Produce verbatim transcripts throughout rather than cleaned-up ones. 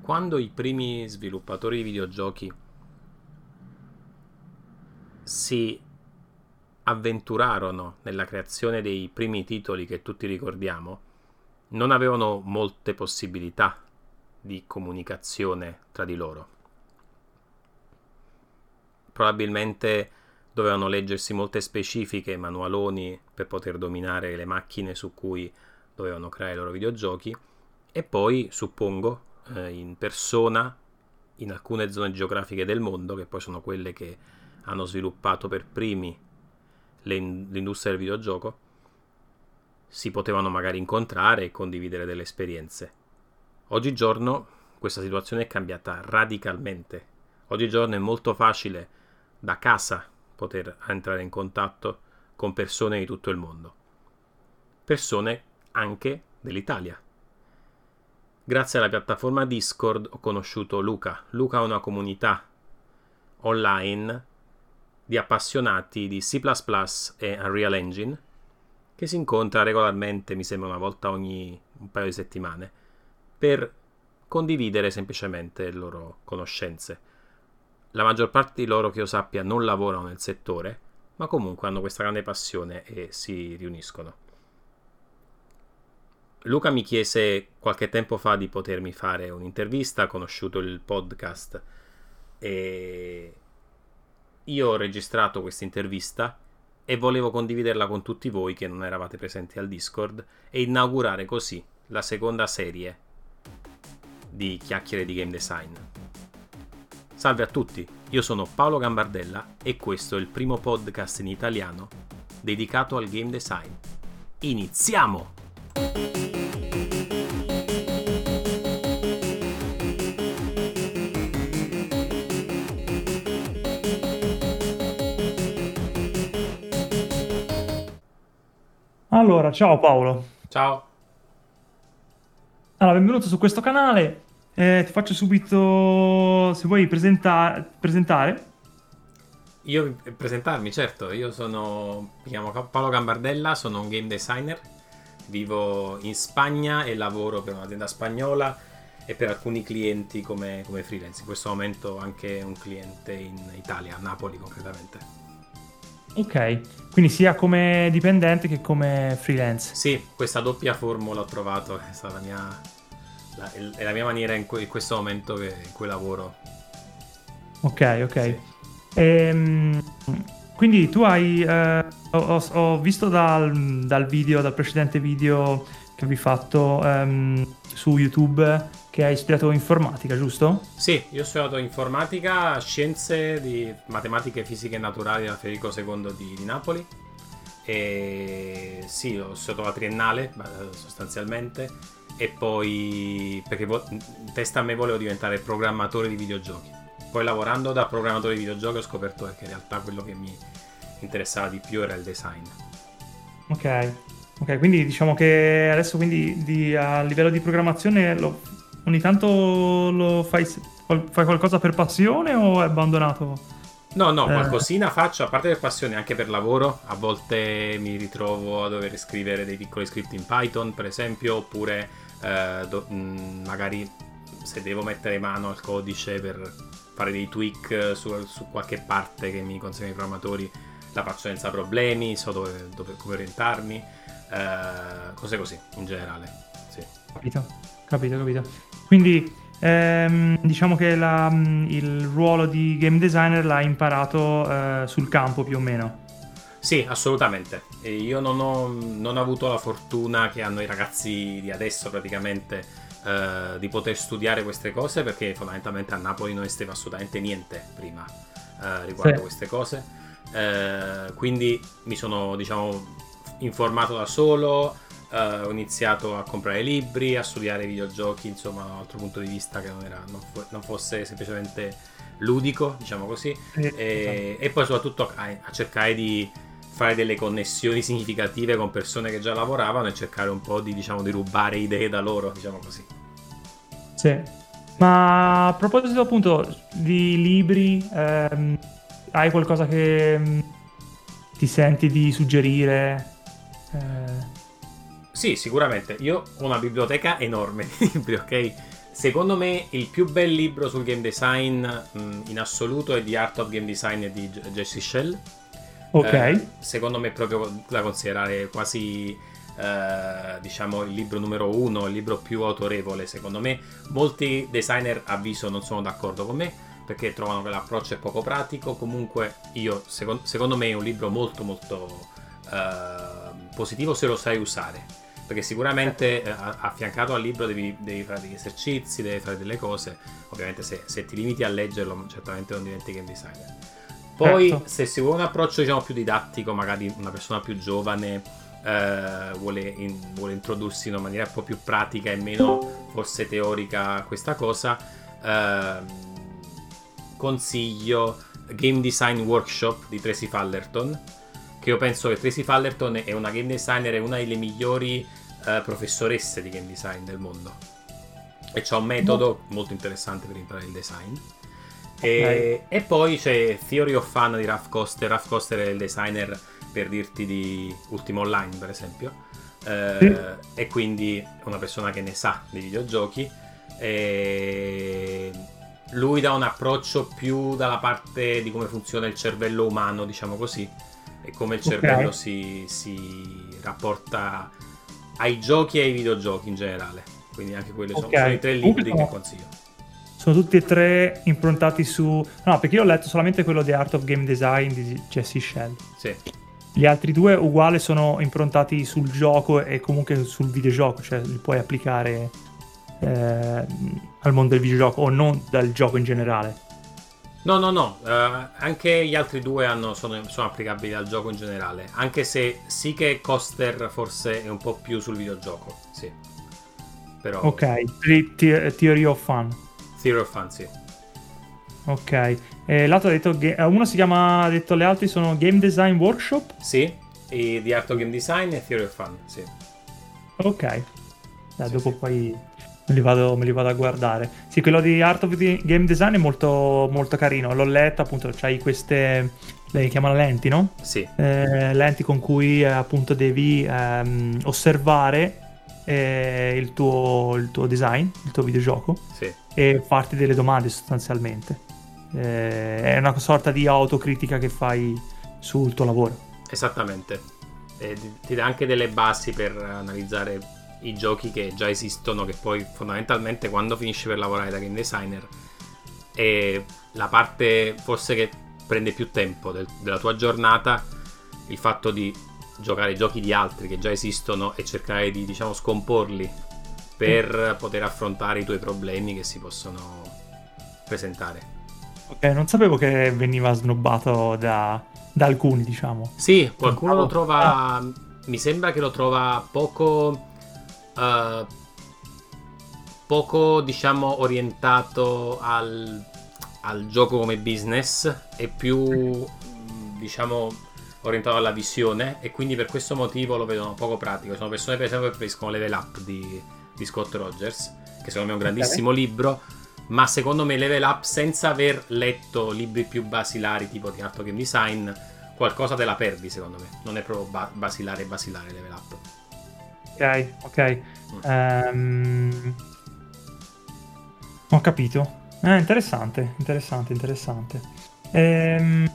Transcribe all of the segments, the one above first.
quando i primi sviluppatori di videogiochi si avventurarono nella creazione dei primi titoli che tutti ricordiamo, non avevano molte possibilità di comunicazione tra di loro. Probabilmente dovevano leggersi molte specifiche, manualoni per poter dominare le macchine su cui dovevano creare i loro videogiochi, e poi, suppongo, eh, in persona in alcune zone geografiche del mondo, che poi sono quelle che hanno sviluppato per primi le, l'industria del videogioco, si potevano magari incontrare e condividere delle esperienze. Oggigiorno questa situazione è cambiata radicalmente. Oggigiorno è molto facile da casa poter entrare in contatto con persone di tutto il mondo, persone anche dell'Italia. Grazie alla piattaforma Discord ho conosciuto Luca. Luca è una comunità online di appassionati di C plus plus e Unreal Engine che si incontra regolarmente, mi sembra una volta ogni un paio di settimane, per condividere semplicemente le loro conoscenze. La maggior parte di loro, che io sappia, non lavorano nel settore, ma comunque hanno questa grande passione e si riuniscono. Luca mi chiese qualche tempo fa di potermi fare un'intervista, ha conosciuto il podcast e io ho registrato questa intervista e volevo condividerla con tutti voi che non eravate presenti al Discord e inaugurare così la seconda serie di Chiacchiere di Game Design. Salve a tutti, io sono Paolo Gambardella e questo è il primo podcast in italiano dedicato al game design. Iniziamo! Allora, ciao Paolo. Ciao! Allora, benvenuto su questo canale. Eh, ti faccio subito, se vuoi, presenta- presentare. Io presentarmi, certo, io sono, mi chiamo Paolo Gambardella, sono un game designer, vivo in Spagna e lavoro per un'azienda spagnola e per alcuni clienti come, come freelance. In questo momento anche un cliente in Italia, a Napoli concretamente. Ok, quindi sia come dipendente che come freelance. Sì, questa doppia formula ho trovato, è stata la mia, la, è la mia maniera in, que, in questo momento che, in cui lavoro. Ok, ok. Sì. Ehm, quindi tu hai, eh, ho, ho- ho visto dal, dal video, dal precedente video che avevi fatto ehm, su YouTube che hai studiato informatica, giusto? Sì, io ho studiato informatica, scienze di matematiche, fisiche e naturali alla Federico secondo di, di Napoli. E sì, ho studiato la triennale eh, sostanzialmente. E poi, perché vo- in testa a me volevo diventare programmatore di videogiochi. Poi lavorando da programmatore di videogiochi ho scoperto che in realtà quello che mi interessava di più era il design. Ok, ok, quindi diciamo che adesso quindi di- a livello di programmazione lo- ogni tanto lo fai, qual- fai qualcosa per passione o è abbandonato? No, no, Eh, qualcosina faccio, a parte per passione, anche per lavoro. A volte mi ritrovo a dover scrivere dei piccoli script in Python, per esempio, oppure eh, do- mh, magari se devo mettere mano al codice per fare dei tweak su, su qualche parte che mi consegnano i programmatori, la faccio senza problemi, so dove, dove come orientarmi, eh, cose così, in generale, sì. capito, capito, capito. Quindi ehm, diciamo che la- il ruolo di game designer l'hai imparato eh, sul campo più o meno. Sì, assolutamente. E io non ho, non ho avuto la fortuna che hanno i ragazzi di adesso praticamente eh, di poter studiare queste cose, perché fondamentalmente a Napoli non esisteva assolutamente niente prima eh, riguardo Sì. queste cose. Eh, quindi mi sono, diciamo, informato da solo, eh, ho iniziato a comprare libri, a studiare videogiochi, insomma, da un altro punto di vista che non, era, non, fu- non fosse semplicemente ludico, diciamo così. Sì, esatto. E, e poi soprattutto a, a cercare di fare delle connessioni significative con persone che già lavoravano e cercare un po' di, diciamo, di rubare idee da loro, diciamo così. Sì. Ma a proposito appunto di libri, ehm, hai qualcosa che mm, ti senti di suggerire? Eh, Sì, sicuramente. Io ho una biblioteca enorme di libri, ok? secondo me il più bel libro sul game design mh, in assoluto è The Art of Game Design di Jesse Schell. Ok. Eh, secondo me è proprio da considerare quasi eh, diciamo il libro numero uno, il libro più autorevole. Secondo me molti designer a viso non sono d'accordo con me perché trovano che l'approccio è poco pratico. Comunque io secondo, secondo me è un libro molto molto eh, positivo se lo sai usare, perché sicuramente eh, affiancato al libro devi, devi fare degli esercizi, devi fare delle cose. Ovviamente se, se ti limiti a leggerlo certamente non diventi game designer. Poi Certo. se si vuole un approccio diciamo più didattico, magari una persona più giovane eh, vuole, in, vuole introdursi in una maniera un po' più pratica e meno forse teorica a questa cosa, eh, consiglio Game Design Workshop di Tracy Fallerton, che io penso che Tracy Fallerton è una game designer, è una delle migliori uh, professoresse di game design del mondo, e c'ha un metodo molto interessante per imparare il design. E, okay. E poi c'è Theory of Fun di Ralph Koster. Ralph Koster è il designer, per dirti, di Ultima Online per esempio, uh, sì. E quindi è una persona che ne sa di videogiochi, e lui dà un approccio più dalla parte di come funziona il cervello umano, diciamo così, e come il cervello okay. si, si rapporta ai giochi e ai videogiochi in generale. Quindi anche quelli okay. sono, sono i tre libri che consiglio. Sono tutti e tre improntati su... No, perché io ho letto solamente quello di Art of Game Design di Jesse Schell. Sì. Gli altri due uguali sono improntati sul gioco e comunque sul videogioco, cioè li puoi applicare eh, al mondo del videogioco o non dal gioco in generale. No, no, no, uh, anche gli altri due hanno, sono, sono applicabili al gioco in generale, anche se sì che Koster forse è un po' più sul videogioco, sì. Però... Ok, Theory of Fun. Theory of Fun, sì. Ok, e l'altro ha detto, uno si chiama, ha detto le altre sono Game Design Workshop? Sì, e The Art of Game Design e Theory of Fun, sì. Ok, Dai, sì, dopo sì. poi... Me li, vado, me li vado a guardare. Sì, quello di Art of Game Design è molto, molto carino. L'ho letto, appunto, c'hai queste... Le chiamano lenti, no? Sì. Eh, lenti con cui, eh, appunto, devi ehm, osservare eh, il, tuo, il tuo design, il tuo videogioco. Sì. E farti delle domande, sostanzialmente. Eh, è una sorta di autocritica che fai sul tuo lavoro. Esattamente. E ti dà anche delle basi per analizzare i giochi che già esistono, che poi fondamentalmente quando finisci per lavorare da game designer è la parte forse che prende più tempo del, della tua giornata, il fatto di giocare giochi di altri che già esistono e cercare di, diciamo, scomporli per mm. poter affrontare i tuoi problemi che si possono presentare. Ok, non sapevo che veniva snobbato da, da alcuni, diciamo. Sì, qualcuno lo trova, mi sembra che lo trova poco Uh, poco, diciamo, orientato al, al gioco come business, e più, diciamo, orientato alla visione, e quindi per questo motivo lo vedono poco pratico. Sono persone, per esempio, che preferiscono Level Up di, di Scott Rogers, che secondo me è un grandissimo okay. libro, ma secondo me Level Up, senza aver letto libri più basilari tipo di Art of Game Design, qualcosa te la perdi, secondo me. Non è proprio ba- basilare basilare Level Up. Ok, ok. Um, ho capito. Eh, interessante, interessante, interessante. Ehm,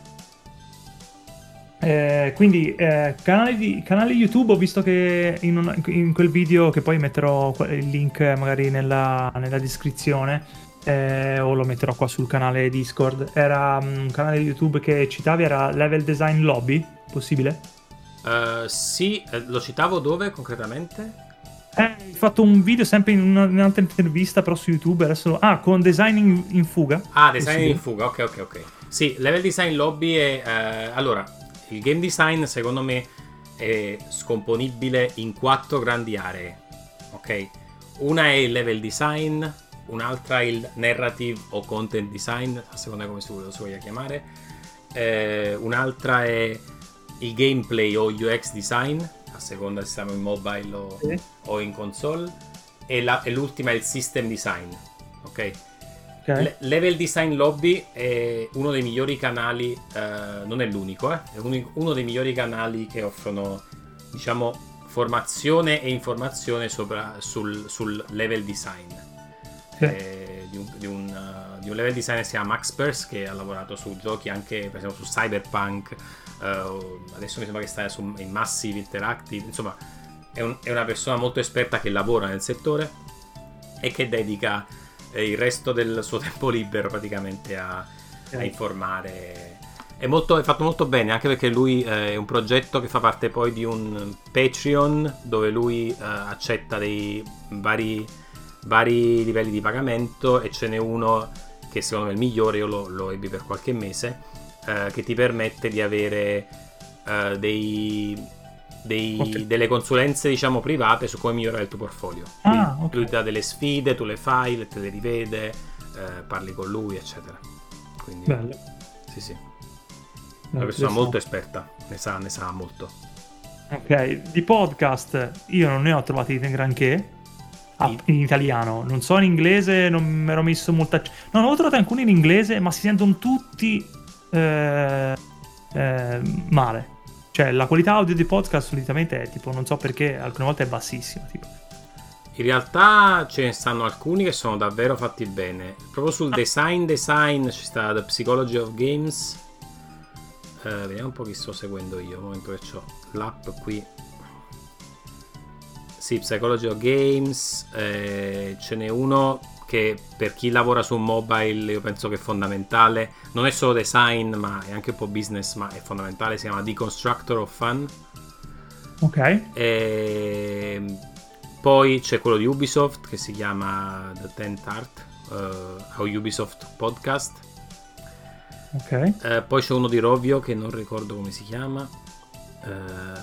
eh, quindi, eh, canali, di, canali YouTube, ho visto che in, un, in quel video, che poi metterò il link magari nella, nella descrizione, eh, o lo metterò qua sul canale Discord, era un canale YouTube che citavi, era Level Design Lobby, possibile? Uh, sì, lo citavo dove concretamente? Eh, hai fatto un video sempre in, una, in un'altra intervista, però su YouTube adesso. Ah, con Design in, in fuga. Ah, Design in fuga, ok, ok, ok. Sì, Level Design Lobby è... Eh, allora, il game design secondo me è scomponibile in quattro grandi aree, ok? Una è il level design, un'altra è il narrative o content design, a seconda come si voglia chiamare, eh, un'altra è il gameplay o U X design, a seconda se siamo in mobile o, sì. o in console, e, la, e l'ultima è il system design, ok? Okay. Le- Level Design Lobby è uno dei migliori canali, eh, non è l'unico, eh, è un, uno dei migliori canali che offrono, diciamo, formazione e informazione sopra, sul, sul level design. Sì. eh, di, un, di, un, uh, di un level designer che si chiama Max Perse, che ha lavorato su giochi anche per esempio su Cyberpunk, uh, adesso mi sembra che sta su, in Massive Interactive, insomma è, un, è una persona molto esperta che lavora nel settore e che dedica eh, il resto del suo tempo libero praticamente a, sì. a informare. È, molto, è fatto molto bene, anche perché lui eh, è un progetto che fa parte poi di un Patreon dove lui eh, accetta dei vari, vari livelli di pagamento, e ce n'è uno che secondo me è il migliore, io lo, lo ebbi per qualche mese, eh, che ti permette di avere eh, dei, dei, okay. delle consulenze diciamo private su come migliorare il tuo portfolio. Ah, okay. Lui ti dà delle sfide, tu le fai, te le rivede, eh, parli con lui eccetera. Quindi bello. Sì sì, una persona molto esperta, ne sa, ne sa molto. Ok, di podcast io non ne ho trovati granché ah, in italiano, non so in inglese, non mi ero messo molta... No, ne ho trovati alcuni in inglese, ma si sentono tutti eh, eh, male. Cioè la qualità audio di podcast solitamente è tipo, non so perché, alcune volte è bassissima tipo. In realtà ce ne stanno alcuni che sono davvero fatti bene. Proprio sul design design ci sta The Psychology of Games. Uh, vediamo un po' chi sto seguendo io, al momento che ho l'app qui. Sì, Psychology of Games, eh, ce n'è uno che per chi lavora su un mobile io penso che è fondamentale, non è solo design ma è anche un po' business, ma è fondamentale, si chiama The Constructor of Fun. Ok. E poi c'è quello di Ubisoft che si chiama The Tenth Art, uh, a Ubisoft Podcast. Ok. Uh, poi c'è uno di Rovio che non ricordo come si chiama, uh,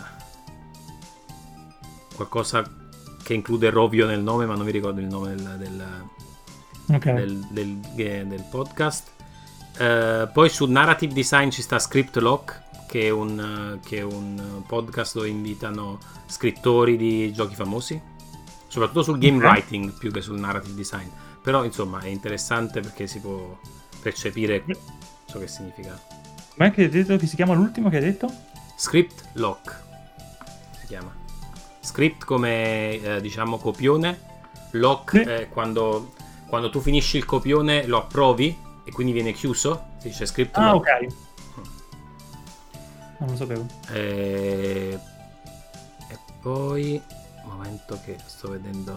qualcosa che include Rovio nel nome, ma non mi ricordo il nome del, del, okay. del, del, del, del podcast. Uh, poi su Narrative Design ci sta Script Lock, che è, un, che è un podcast dove invitano scrittori di giochi famosi, soprattutto sul game okay. writing più che sul narrative design, però insomma è interessante perché si può percepire so che significa. Ma è che hai detto che si chiama l'ultimo che hai detto? Script Lock si chiama. Script come eh, diciamo copione, lock sì. è quando, quando tu finisci il copione lo approvi e quindi viene chiuso, si dice script ah, lock. Ah ok. Non lo sapevo. E... e poi un momento che sto vedendo.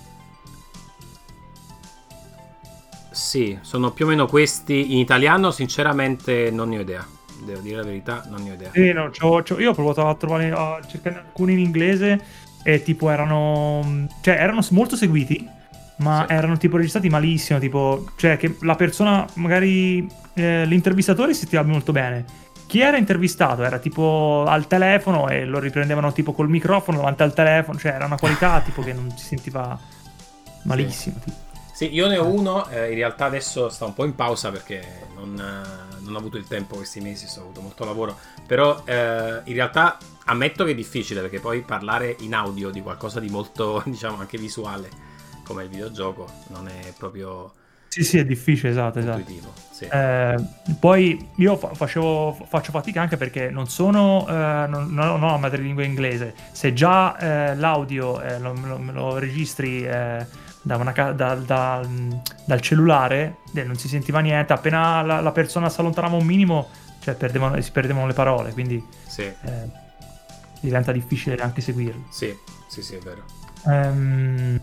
Sì, sono più o meno questi. In italiano sinceramente non ne ho idea, devo dire la verità, non ne ho idea. Sì, no, c'ho, c'ho, io ho provato a trovare, a cercare alcuni in inglese e tipo erano, cioè erano molto seguiti, ma sì. erano tipo registrati malissimo, tipo, cioè che la persona magari eh, l'intervistatore si sentiva molto bene, chi era intervistato era tipo al telefono e lo riprendevano tipo col microfono davanti al telefono, cioè era una qualità tipo che non si sentiva malissimo. Sì. Tipo. Sì, io ne ho uno, eh, in realtà adesso sta un po' in pausa perché non, eh, non ho avuto il tempo questi mesi, ho avuto molto lavoro, però eh, in realtà ammetto che è difficile perché poi parlare in audio di qualcosa di molto, diciamo, anche visuale come il videogioco non è proprio... Sì, sì, è difficile, esatto, intuitivo, esatto. Sì. Eh, poi io facevo, faccio fatica anche perché non sono, eh, non, non ho la madrelingua inglese, se già eh, l'audio eh, lo, lo, lo registri... Eh, Da una, da, da, dal cellulare eh, non si sentiva niente, appena la, la persona si allontanava un minimo cioè perdevano, si perdevano le parole, quindi sì. eh, diventa difficile anche seguirlo. Sì, sì, sì, è vero. Um,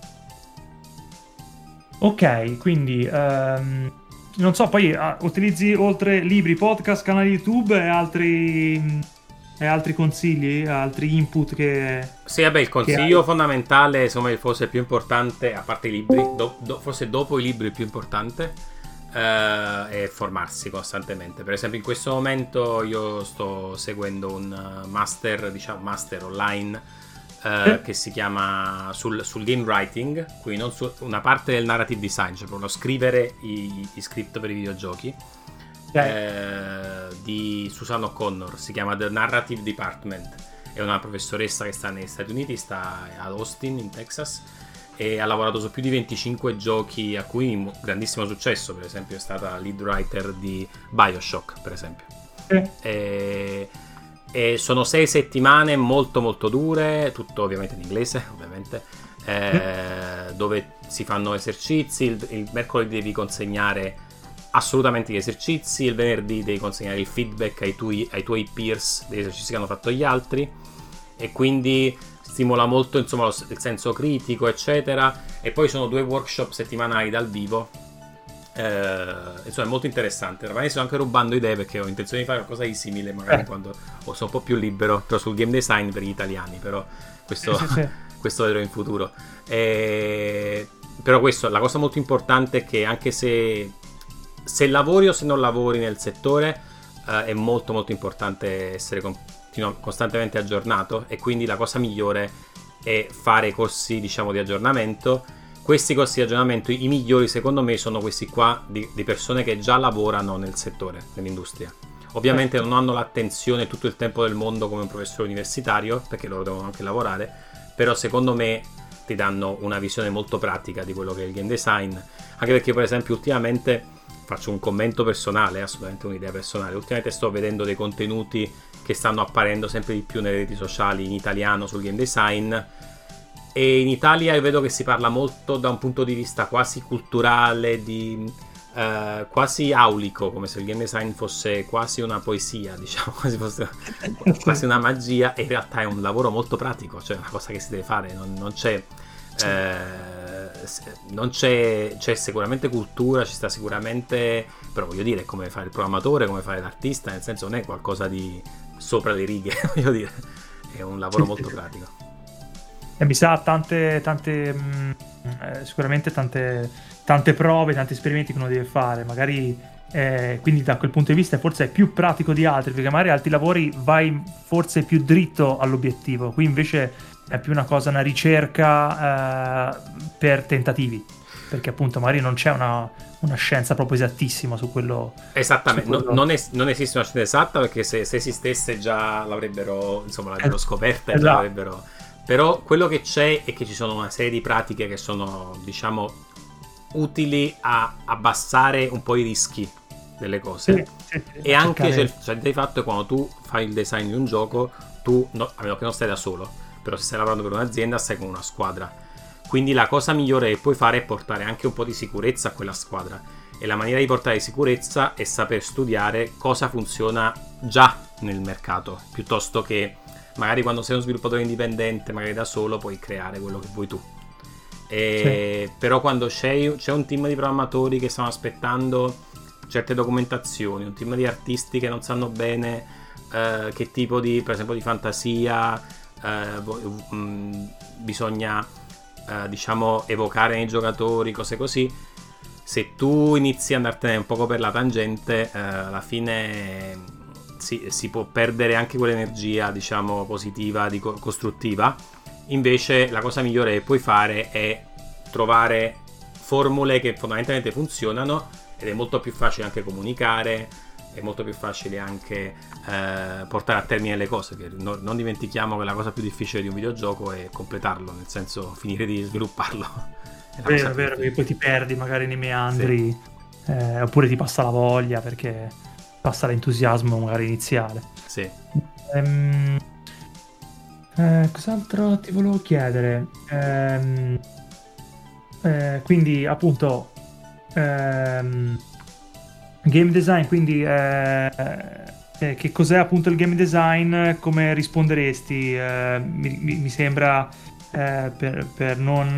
ok, quindi um, non so, poi uh, utilizzi oltre libri, podcast, canali YouTube e altri... E altri consigli, altri input che... Sì, vabbè, il consiglio fondamentale, insomma, forse il più importante, a parte i libri, do, do, forse dopo i libri il più importante, eh, è formarsi costantemente. Per esempio in questo momento io sto seguendo un master, diciamo master online, eh, eh. che si chiama sul, sul game writing, quindi non su una parte del narrative design, cioè proprio scrivere i, i script per i videogiochi. Eh, di Susan O'Connor, si chiama The Narrative Department, è una professoressa che sta negli Stati Uniti, sta ad Austin in Texas e ha lavorato su più di venticinque giochi a cui grandissimo successo, per esempio è stata lead writer di BioShock per esempio. eh. e, e sono sei settimane molto molto dure, tutto ovviamente in inglese ovviamente, eh, dove si fanno esercizi, il, il mercoledì devi consegnare assolutamente gli esercizi, il venerdì devi consegnare il feedback ai tuoi, ai tuoi peers degli esercizi che hanno fatto gli altri, e quindi stimola molto, insomma, lo, il senso critico, eccetera. E poi sono due workshop settimanali dal vivo, eh, insomma è molto interessante. Ormai sto anche rubando idee perché ho intenzione di fare qualcosa di simile magari eh. quando oh, sono un po' più libero, però sul game design per gli italiani, però questo, sì, sì, sì. questo vedrò in futuro. E, però questo, la cosa molto importante è che anche se se lavori o se non lavori nel settore, eh, è molto molto importante essere continu- costantemente aggiornato, e quindi la cosa migliore è fare corsi, diciamo, di aggiornamento. Questi corsi di aggiornamento, i migliori secondo me, sono questi qua di, di persone che già lavorano nel settore, nell'industria. Ovviamente non hanno l'attenzione tutto il tempo del mondo come un professore universitario, perché loro devono anche lavorare, però secondo me ti danno una visione molto pratica di quello che è il game design. Anche perché, per esempio, ultimamente faccio un commento personale, assolutamente un'idea personale, ultimamente sto vedendo dei contenuti che stanno apparendo sempre di più nelle reti sociali in italiano sul game design, e in Italia io vedo che si parla molto da un punto di vista quasi culturale, di eh, quasi aulico, come se il game design fosse quasi una poesia, diciamo, quasi fosse quasi una magia, e in realtà è un lavoro molto pratico, cioè una cosa che si deve fare, non, non c'è eh, non c'è, c'è sicuramente cultura, ci sta sicuramente, però voglio dire, come fare il programmatore, come fare l'artista, nel senso non è qualcosa di sopra le righe, voglio dire, è un lavoro molto pratico. E mi sa tante, tante mh, eh, sicuramente tante, tante prove, tanti esperimenti che uno deve fare, magari eh, quindi da quel punto di vista forse è più pratico di altri, perché magari altri lavori vai forse più dritto all'obiettivo, qui invece è più una cosa, una ricerca eh, per tentativi, perché appunto magari non c'è una, una scienza proprio esattissima su quello. Esattamente, su quello... Non, non, es- non esiste una scienza esatta, perché se, se esistesse già l'avrebbero, insomma, l'avrebbero scoperta, e esatto. già l'avrebbero. Però quello che c'è è che ci sono una serie di pratiche che sono, diciamo, utili a abbassare un po' i rischi delle cose. Sì, sì, sì, e anche c'è il, cioè, di fatto, quando tu fai il design di un gioco, tu, no, a meno che non stai da solo, però se stai lavorando per un'azienda stai con una squadra, quindi la cosa migliore che puoi fare è portare anche un po' di sicurezza a quella squadra, e la maniera di portare sicurezza è saper studiare cosa funziona già nel mercato, piuttosto che magari quando sei uno sviluppatore indipendente, magari da solo, puoi creare quello che vuoi tu. E sì. Però quando c'è, c'è un team di programmatori che stanno aspettando certe documentazioni, un team di artisti che non sanno bene eh, che tipo di, per esempio, di fantasia Uh, um, bisogna uh, diciamo evocare nei giocatori, cose così, se tu inizi ad andartene un poco per la tangente, uh, alla fine si, si può perdere anche quell'energia, diciamo, positiva, di co- costruttiva. Invece la cosa migliore che puoi fare è trovare formule che fondamentalmente funzionano, ed è molto più facile anche comunicare, è molto più facile anche eh, portare a termine le cose, che no, non dimentichiamo che la cosa più difficile di un videogioco è completarlo, nel senso finire di svilupparlo. È vero, è vero, perché poi ti perdi magari nei meandri, sì. eh, oppure ti passa la voglia perché passa l'entusiasmo magari iniziale. Sì. Ehm, eh, cos'altro ti volevo chiedere? Ehm, eh, quindi appunto ehm, game design, quindi eh, eh, che cos'è appunto il game design? Come risponderesti? Eh, mi, mi sembra eh, per, per non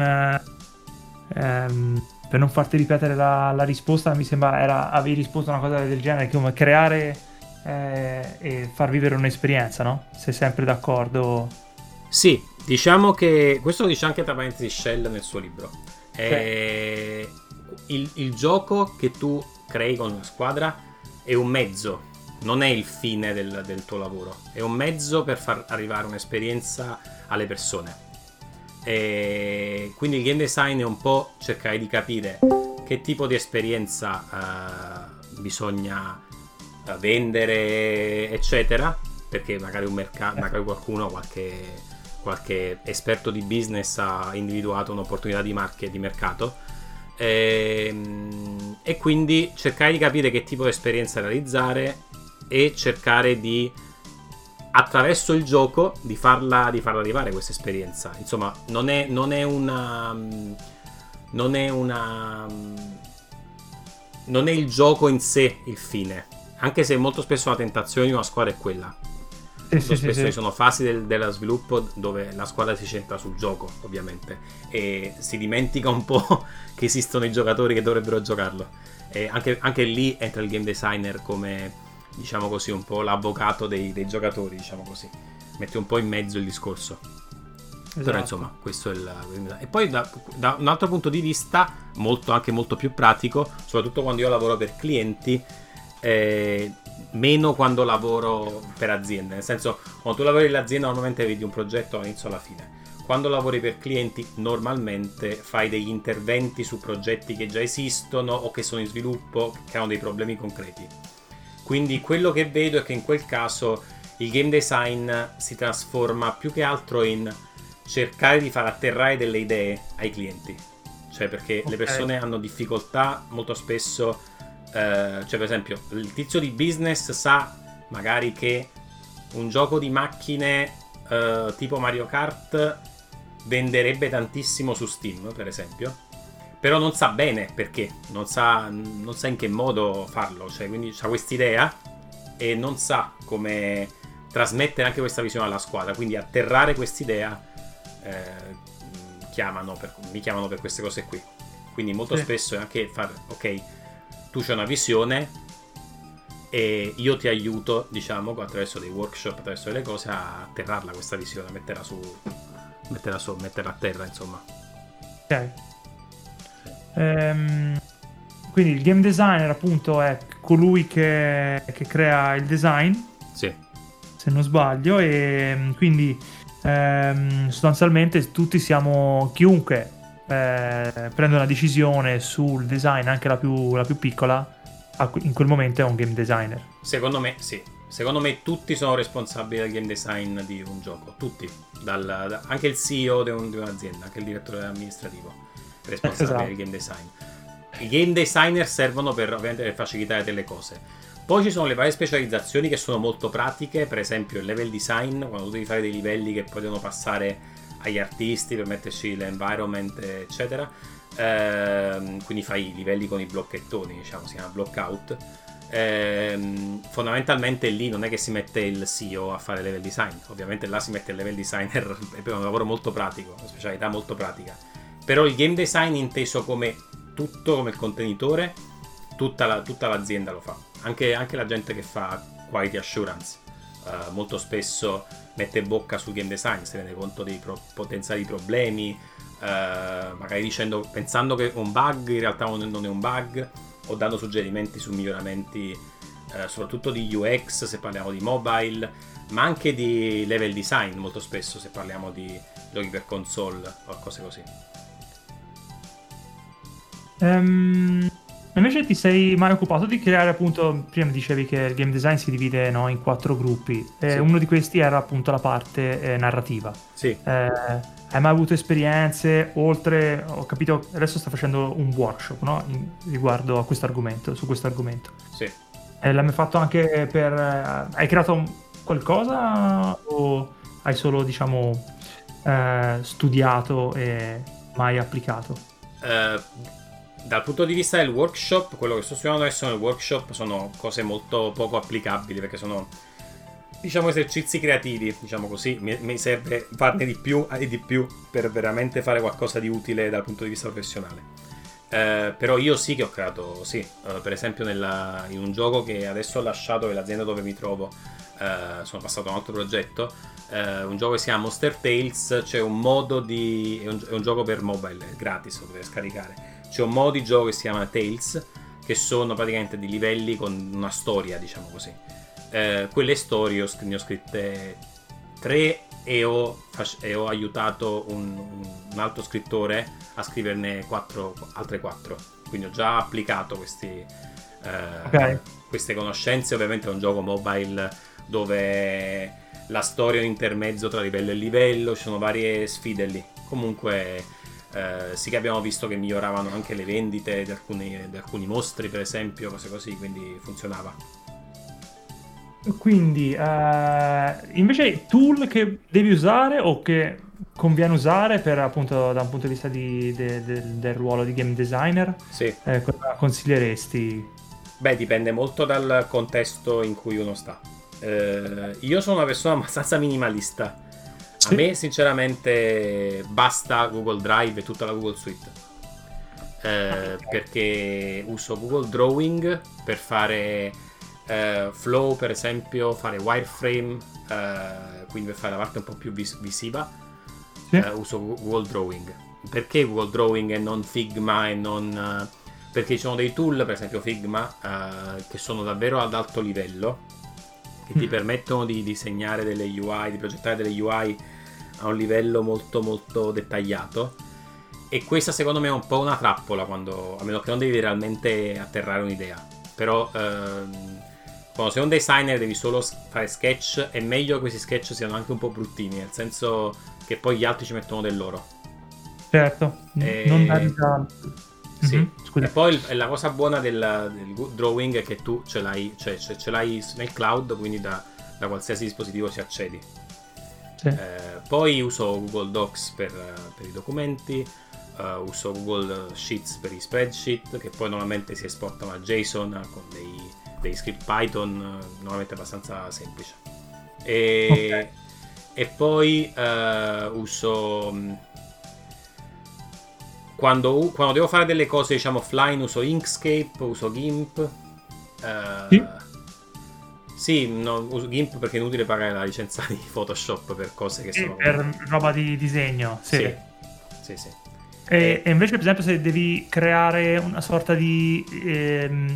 ehm, per non farti ripetere la, la risposta, mi sembra era avevi risposto a una cosa del genere, come creare eh, e far vivere un'esperienza, no? Sei sempre d'accordo? Sì, diciamo che questo lo dice anche tra parentesi Shell nel suo libro. Eh, sì. il, il gioco che tu crei con una squadra è un mezzo, non è il fine del, del tuo lavoro, è un mezzo per far arrivare un'esperienza alle persone. E quindi il game design è un po' cercare di capire che tipo di esperienza uh, bisogna uh, vendere, eccetera, perché magari un mercato, magari qualcuno, qualche, qualche esperto di business ha individuato un'opportunità di marche di mercato. E, e quindi cercare di capire che tipo di esperienza realizzare e cercare di attraverso il gioco di farla, di farla arrivare questa esperienza. Insomma, non è, non è una non è una non è il gioco in sé il fine, anche se molto spesso la tentazione di una squadra è quella. Sì, Molto sì, spesso sì, ci sì. sono fasi del, dello sviluppo dove la squadra si centra sul gioco, ovviamente, e si dimentica un po' che esistono i giocatori che dovrebbero giocarlo. E anche, anche lì entra il game designer come, diciamo così, un po' l'avvocato dei, dei giocatori, diciamo così. Mette un po' in mezzo il discorso. Esatto. Però insomma, questo è il... E poi da, da un altro punto di vista, molto, anche molto più pratico, soprattutto quando io lavoro per clienti, eh, meno quando lavoro per aziende. Nel senso, quando tu lavori l'azienda normalmente vedi un progetto dall'inizio alla fine. Quando lavori per clienti normalmente fai degli interventi su progetti che già esistono o che sono in sviluppo, che hanno dei problemi concreti. Quindi quello che vedo è che in quel caso il game design si trasforma più che altro in cercare di far atterrare delle idee ai clienti. Cioè, perché Ok. le persone hanno difficoltà molto spesso, eh, cioè per esempio il tizio di business sa magari che un gioco di macchine eh, tipo Mario Kart venderebbe tantissimo su Steam, per esempio, però non sa bene perché, non sa, non sa in che modo farlo, cioè quindi ha quest'idea e non sa come trasmettere anche questa visione alla squadra, quindi atterrare quest'idea, eh, chiamano per, mi chiamano per queste cose qui. Quindi molto Sì. spesso è anche far, ok, tu c'hai una visione e io ti aiuto, diciamo, attraverso dei workshop, attraverso delle cose a atterrarla questa visione, a metterla su, metterla su, metterla a terra, insomma. Ok. Ehm, quindi il game designer appunto è colui che, che crea il design, Sì, se non sbaglio, e quindi ehm, sostanzialmente tutti siamo, chiunque eh, prende una decisione sul design, anche la più, la più piccola, a- in quel momento è un game designer. secondo me sì. Secondo me tutti sono responsabili del game design di un gioco, tutti, dal, da- anche il C E O di, un- di un'azienda, anche il direttore amministrativo è responsabile Esatto. del game design. I game designer servono per, ovviamente, per facilitare delle cose. Poi ci sono le varie specializzazioni che sono molto pratiche, per esempio il level design, quando tu devi fare dei livelli che poi devono passare agli artisti per metterci l'environment, eccetera. Ehm, quindi fai i livelli con i blocchettoni, diciamo, si chiama blockout. Ehm, fondamentalmente lì non è che si mette il C E O a fare level design, ovviamente là si mette il level designer, è un lavoro molto pratico, una specialità molto pratica. Però il game design inteso come tutto, come il contenitore, tutta, la, tutta l'azienda lo fa, anche, anche la gente che fa quality assurance uh, molto spesso mette bocca sul game design, si rende conto dei pro- potenziali problemi, uh, magari dicendo, pensando che un bug in realtà non è un bug, o dando suggerimenti su miglioramenti, uh, soprattutto di U X se parliamo di mobile, ma anche di level design molto spesso se parliamo di giochi per console o cose così. Ehm, invece ti sei mai occupato di creare, appunto, prima dicevi che il game design si divide, no, in quattro gruppi, e Sì. uno di questi era appunto la parte eh, narrativa. Sì. Eh, hai mai avuto esperienze oltre, ho capito, adesso sta facendo un workshop, no, in- riguardo a questo argomento, su questo argomento. Sì. Eh, l'hai mai fatto anche per... eh, hai creato un- qualcosa o hai solo, diciamo, eh, studiato e mai applicato? Eh, dal punto di vista del workshop, quello che sto studiando adesso nel workshop sono cose molto poco applicabili, perché sono, diciamo, esercizi creativi, diciamo così. Mi, mi serve farne di più e di più per veramente fare qualcosa di utile dal punto di vista professionale. Eh, però io sì che ho creato, sì, eh, per esempio nella, in un gioco che adesso ho lasciato, che l'azienda dove mi trovo, eh, sono passato a un altro progetto, eh, un gioco che si chiama Monster Tales. C'è un modo di, è un, è un gioco per mobile, è gratis, lo potete scaricare. C'è un modo di gioco che si chiama Tales, che sono praticamente dei livelli con una storia, diciamo così. Eh, quelle storie ho, ne ho scritte tre e ho, e ho aiutato un, un altro scrittore a scriverne quattro, altre quattro. Quindi ho già applicato questi, eh, Ok. queste conoscenze. Ovviamente è un gioco mobile dove la storia è un intermezzo tra livello e livello, ci sono varie sfide lì. Comunque eh, sì che abbiamo visto che miglioravano anche le vendite di alcuni, di alcuni mostri, per esempio, cose così, quindi funzionava. quindi eh, invece tool che devi usare o che conviene usare per appunto da un punto di vista di- de- de- del ruolo di game designer, Sì. eh, cosa consiglieresti? Beh, dipende molto dal contesto in cui uno sta. Eh, io sono una persona abbastanza minimalista. A Sì. me, sinceramente, basta Google Drive e tutta la Google Suite. Eh, perché uso Google Drawing per fare eh, flow, per esempio, fare wireframe, eh, quindi per fare la parte un po' più vis- visiva. Sì. Eh, uso Google Drawing. Perché Google Drawing e non Figma e non... eh, perché ci sono dei tool, per esempio Figma, eh, che sono davvero ad alto livello, che ti Mm. permettono di disegnare delle U I, di progettare delle U I a un livello molto molto dettagliato. E questa secondo me è un po' una trappola, quando, a meno che non devi realmente atterrare un'idea. Però ehm, quando sei un designer devi solo fare sketch, è meglio che questi sketch siano anche un po' bruttini, nel senso che poi gli altri ci mettono del loro. Certo, E... non dare già... Sì. Mhm, scusa. E poi il- la cosa buona del, del drawing è che tu ce l'hai, cioè, ce, ce l'hai nel cloud, quindi da, da qualsiasi dispositivo ci accedi. Sì. Eh, poi uso Google Docs per, per i documenti, eh, uso Google Sheets per i spreadsheet, che poi normalmente si esportano a JSON con dei, dei script Python, eh, normalmente abbastanza semplice. E, Ok. e poi eh, uso... mh, Quando, quando devo fare delle cose, diciamo, offline, uso Inkscape, uso GIMP. Eh, Sì. sì, no, uso GIMP perché è inutile pagare la licenza di Photoshop per cose che Sì, sono per comunque... roba di disegno, sì. Sì, sì, sì. E, E, e invece, per esempio, se devi creare una sorta di ehm,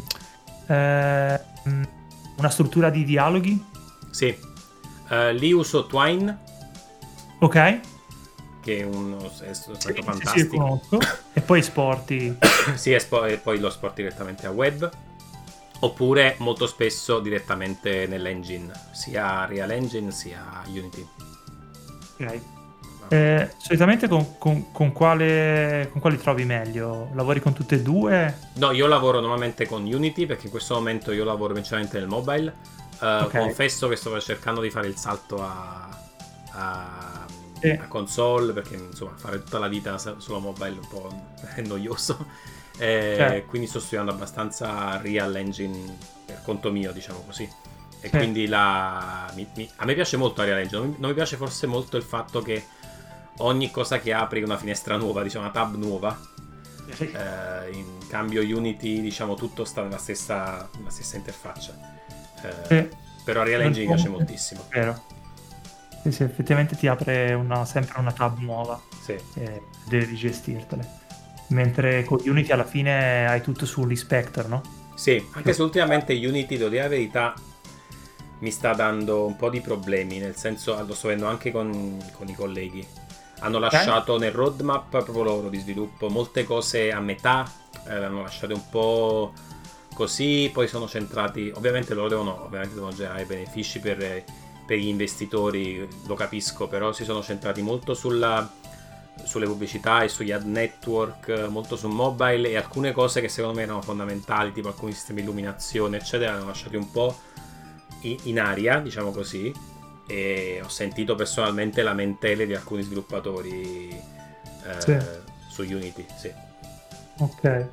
ehm, una struttura di dialoghi, sì. Eh, lì uso Twine, ok? che è uno è Sì, stato sì, sì, fantastico. conosco. E poi esporti. Sì, e, spo- e poi lo esporti direttamente a web. Oppure molto spesso direttamente nell'engine, sia Real Engine sia Unity. Ok. Eh, solitamente con, con- con quale, con quali trovi meglio? Lavori con tutte e due? No, io lavoro normalmente con Unity perché in questo momento io lavoro principalmente nel mobile. Eh, Ok. confesso che sto cercando di fare il salto a, a, Sì. a console perché insomma fare tutta la vita solo mobile è un po' è noioso. Eh, Certo. quindi sto studiando abbastanza Real Engine per conto mio, diciamo così. E Sì. quindi la, mi- mi- a me piace molto Real Engine. Non mi, non mi piace forse molto il fatto che ogni cosa che apri è una finestra nuova, diciamo una tab nuova. Sì. Eh, in cambio Unity, diciamo, tutto sta nella stessa, nella stessa interfaccia. Eh, Sì. però Real Non Engine mi piace come- moltissimo. Vero. Sì, sì, effettivamente ti apre una- sempre una tab nuova Sì. e devi gestirtele. Mentre con Unity alla fine hai tutto sull'inspector, no? Sì, anche se ultimamente Unity, devo dire la verità, mi sta dando un po' di problemi, nel senso, lo sto vedendo anche con, con i colleghi. Hanno lasciato nel roadmap proprio loro di sviluppo molte cose a metà, eh, le hanno lasciate un po' così, poi sono centrati, ovviamente loro devono, ovviamente devono generare benefici per, per gli investitori, lo capisco, però si sono centrati molto sulla, sulle pubblicità e sugli ad network, molto su mobile, e alcune cose che secondo me erano fondamentali, tipo alcuni sistemi di illuminazione, eccetera, li hanno lasciati un po' in, in aria, diciamo così. E ho sentito personalmente lamentele di alcuni sviluppatori eh, Sì. su Unity, sì. Ok.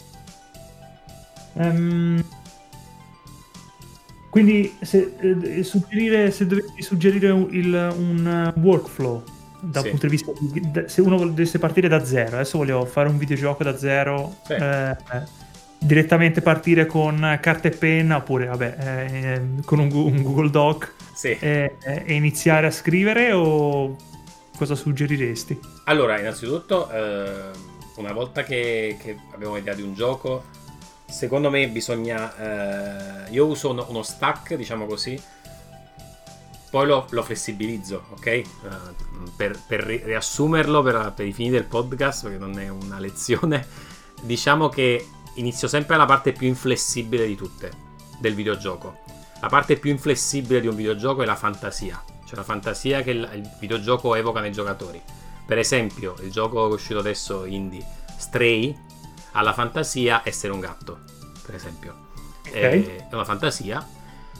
Ehm, quindi se, eh, suggerire, se dovessi suggerire un, il- un uh, workflow da un Sì. punto di vista di- da- se uno dovesse partire da zero, adesso voglio fare un videogioco da zero, Sì. eh, eh, direttamente partire con carta e penna oppure vabbè, eh, con un, Gu- un Google Doc Sì. e, e iniziare a scrivere, o cosa suggeriresti? Allora, innanzitutto, ehm, una volta che, che abbiamo idea di un gioco, secondo me bisogna... eh, io uso uno, uno stack, diciamo così, poi lo, lo flessibilizzo, ok? Eh, per, per ri- riassumerlo per, per i fini del podcast, perché non è una lezione, diciamo che inizio sempre alla parte più inflessibile di tutte, del videogioco. La parte più inflessibile di un videogioco è la fantasia, cioè la fantasia che il, il videogioco evoca nei giocatori. Per esempio, il gioco che è uscito adesso indie, Stray, ha la fantasia essere un gatto, per esempio. Ok. È, è una fantasia.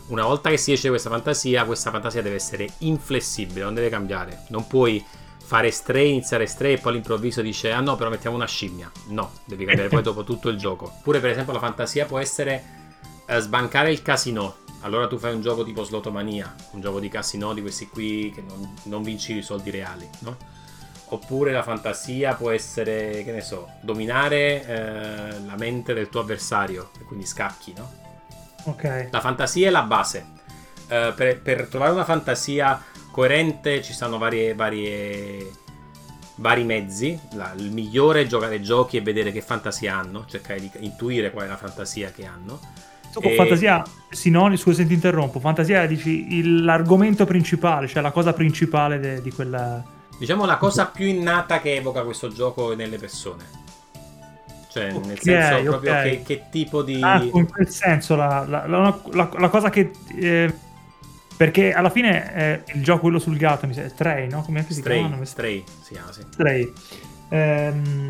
Una volta che si esce questa fantasia, questa fantasia deve essere inflessibile, non deve cambiare. Non puoi fare Stray, iniziare Stray e poi all'improvviso dice ah no, però mettiamo una scimmia. No, devi cambiare poi dopo tutto il gioco. Oppure per esempio la fantasia può essere eh, sbancare il casino. Allora tu fai un gioco tipo Slotomania, un gioco di casino di questi qui che non, non vinci i soldi reali, no? Oppure la fantasia può essere, che ne so, dominare eh, la mente del tuo avversario, e quindi scacchi, no? Ok. La fantasia è la base. Uh, per, per trovare una fantasia coerente ci sono varie, varie, vari mezzi. La, il migliore è giocare giochi e vedere che fantasia hanno, cercare di intuire qual è la fantasia che hanno. Tu con e... fantasia, sinonimo, scusa se ti interrompo, fantasia dici il, l'argomento principale, cioè la cosa principale de, di quella... Diciamo la cosa più innata che evoca questo gioco nelle persone. Cioè, okay, nel senso proprio okay. che, che tipo di... Ah, in quel senso, la, la, la, la, la cosa che... Eh, perché alla fine eh, il gioco quello sul gatto, mi sa, Stray, no? Come si Stray, chiama? Stray, si chiama, sì. Stray. Ehm,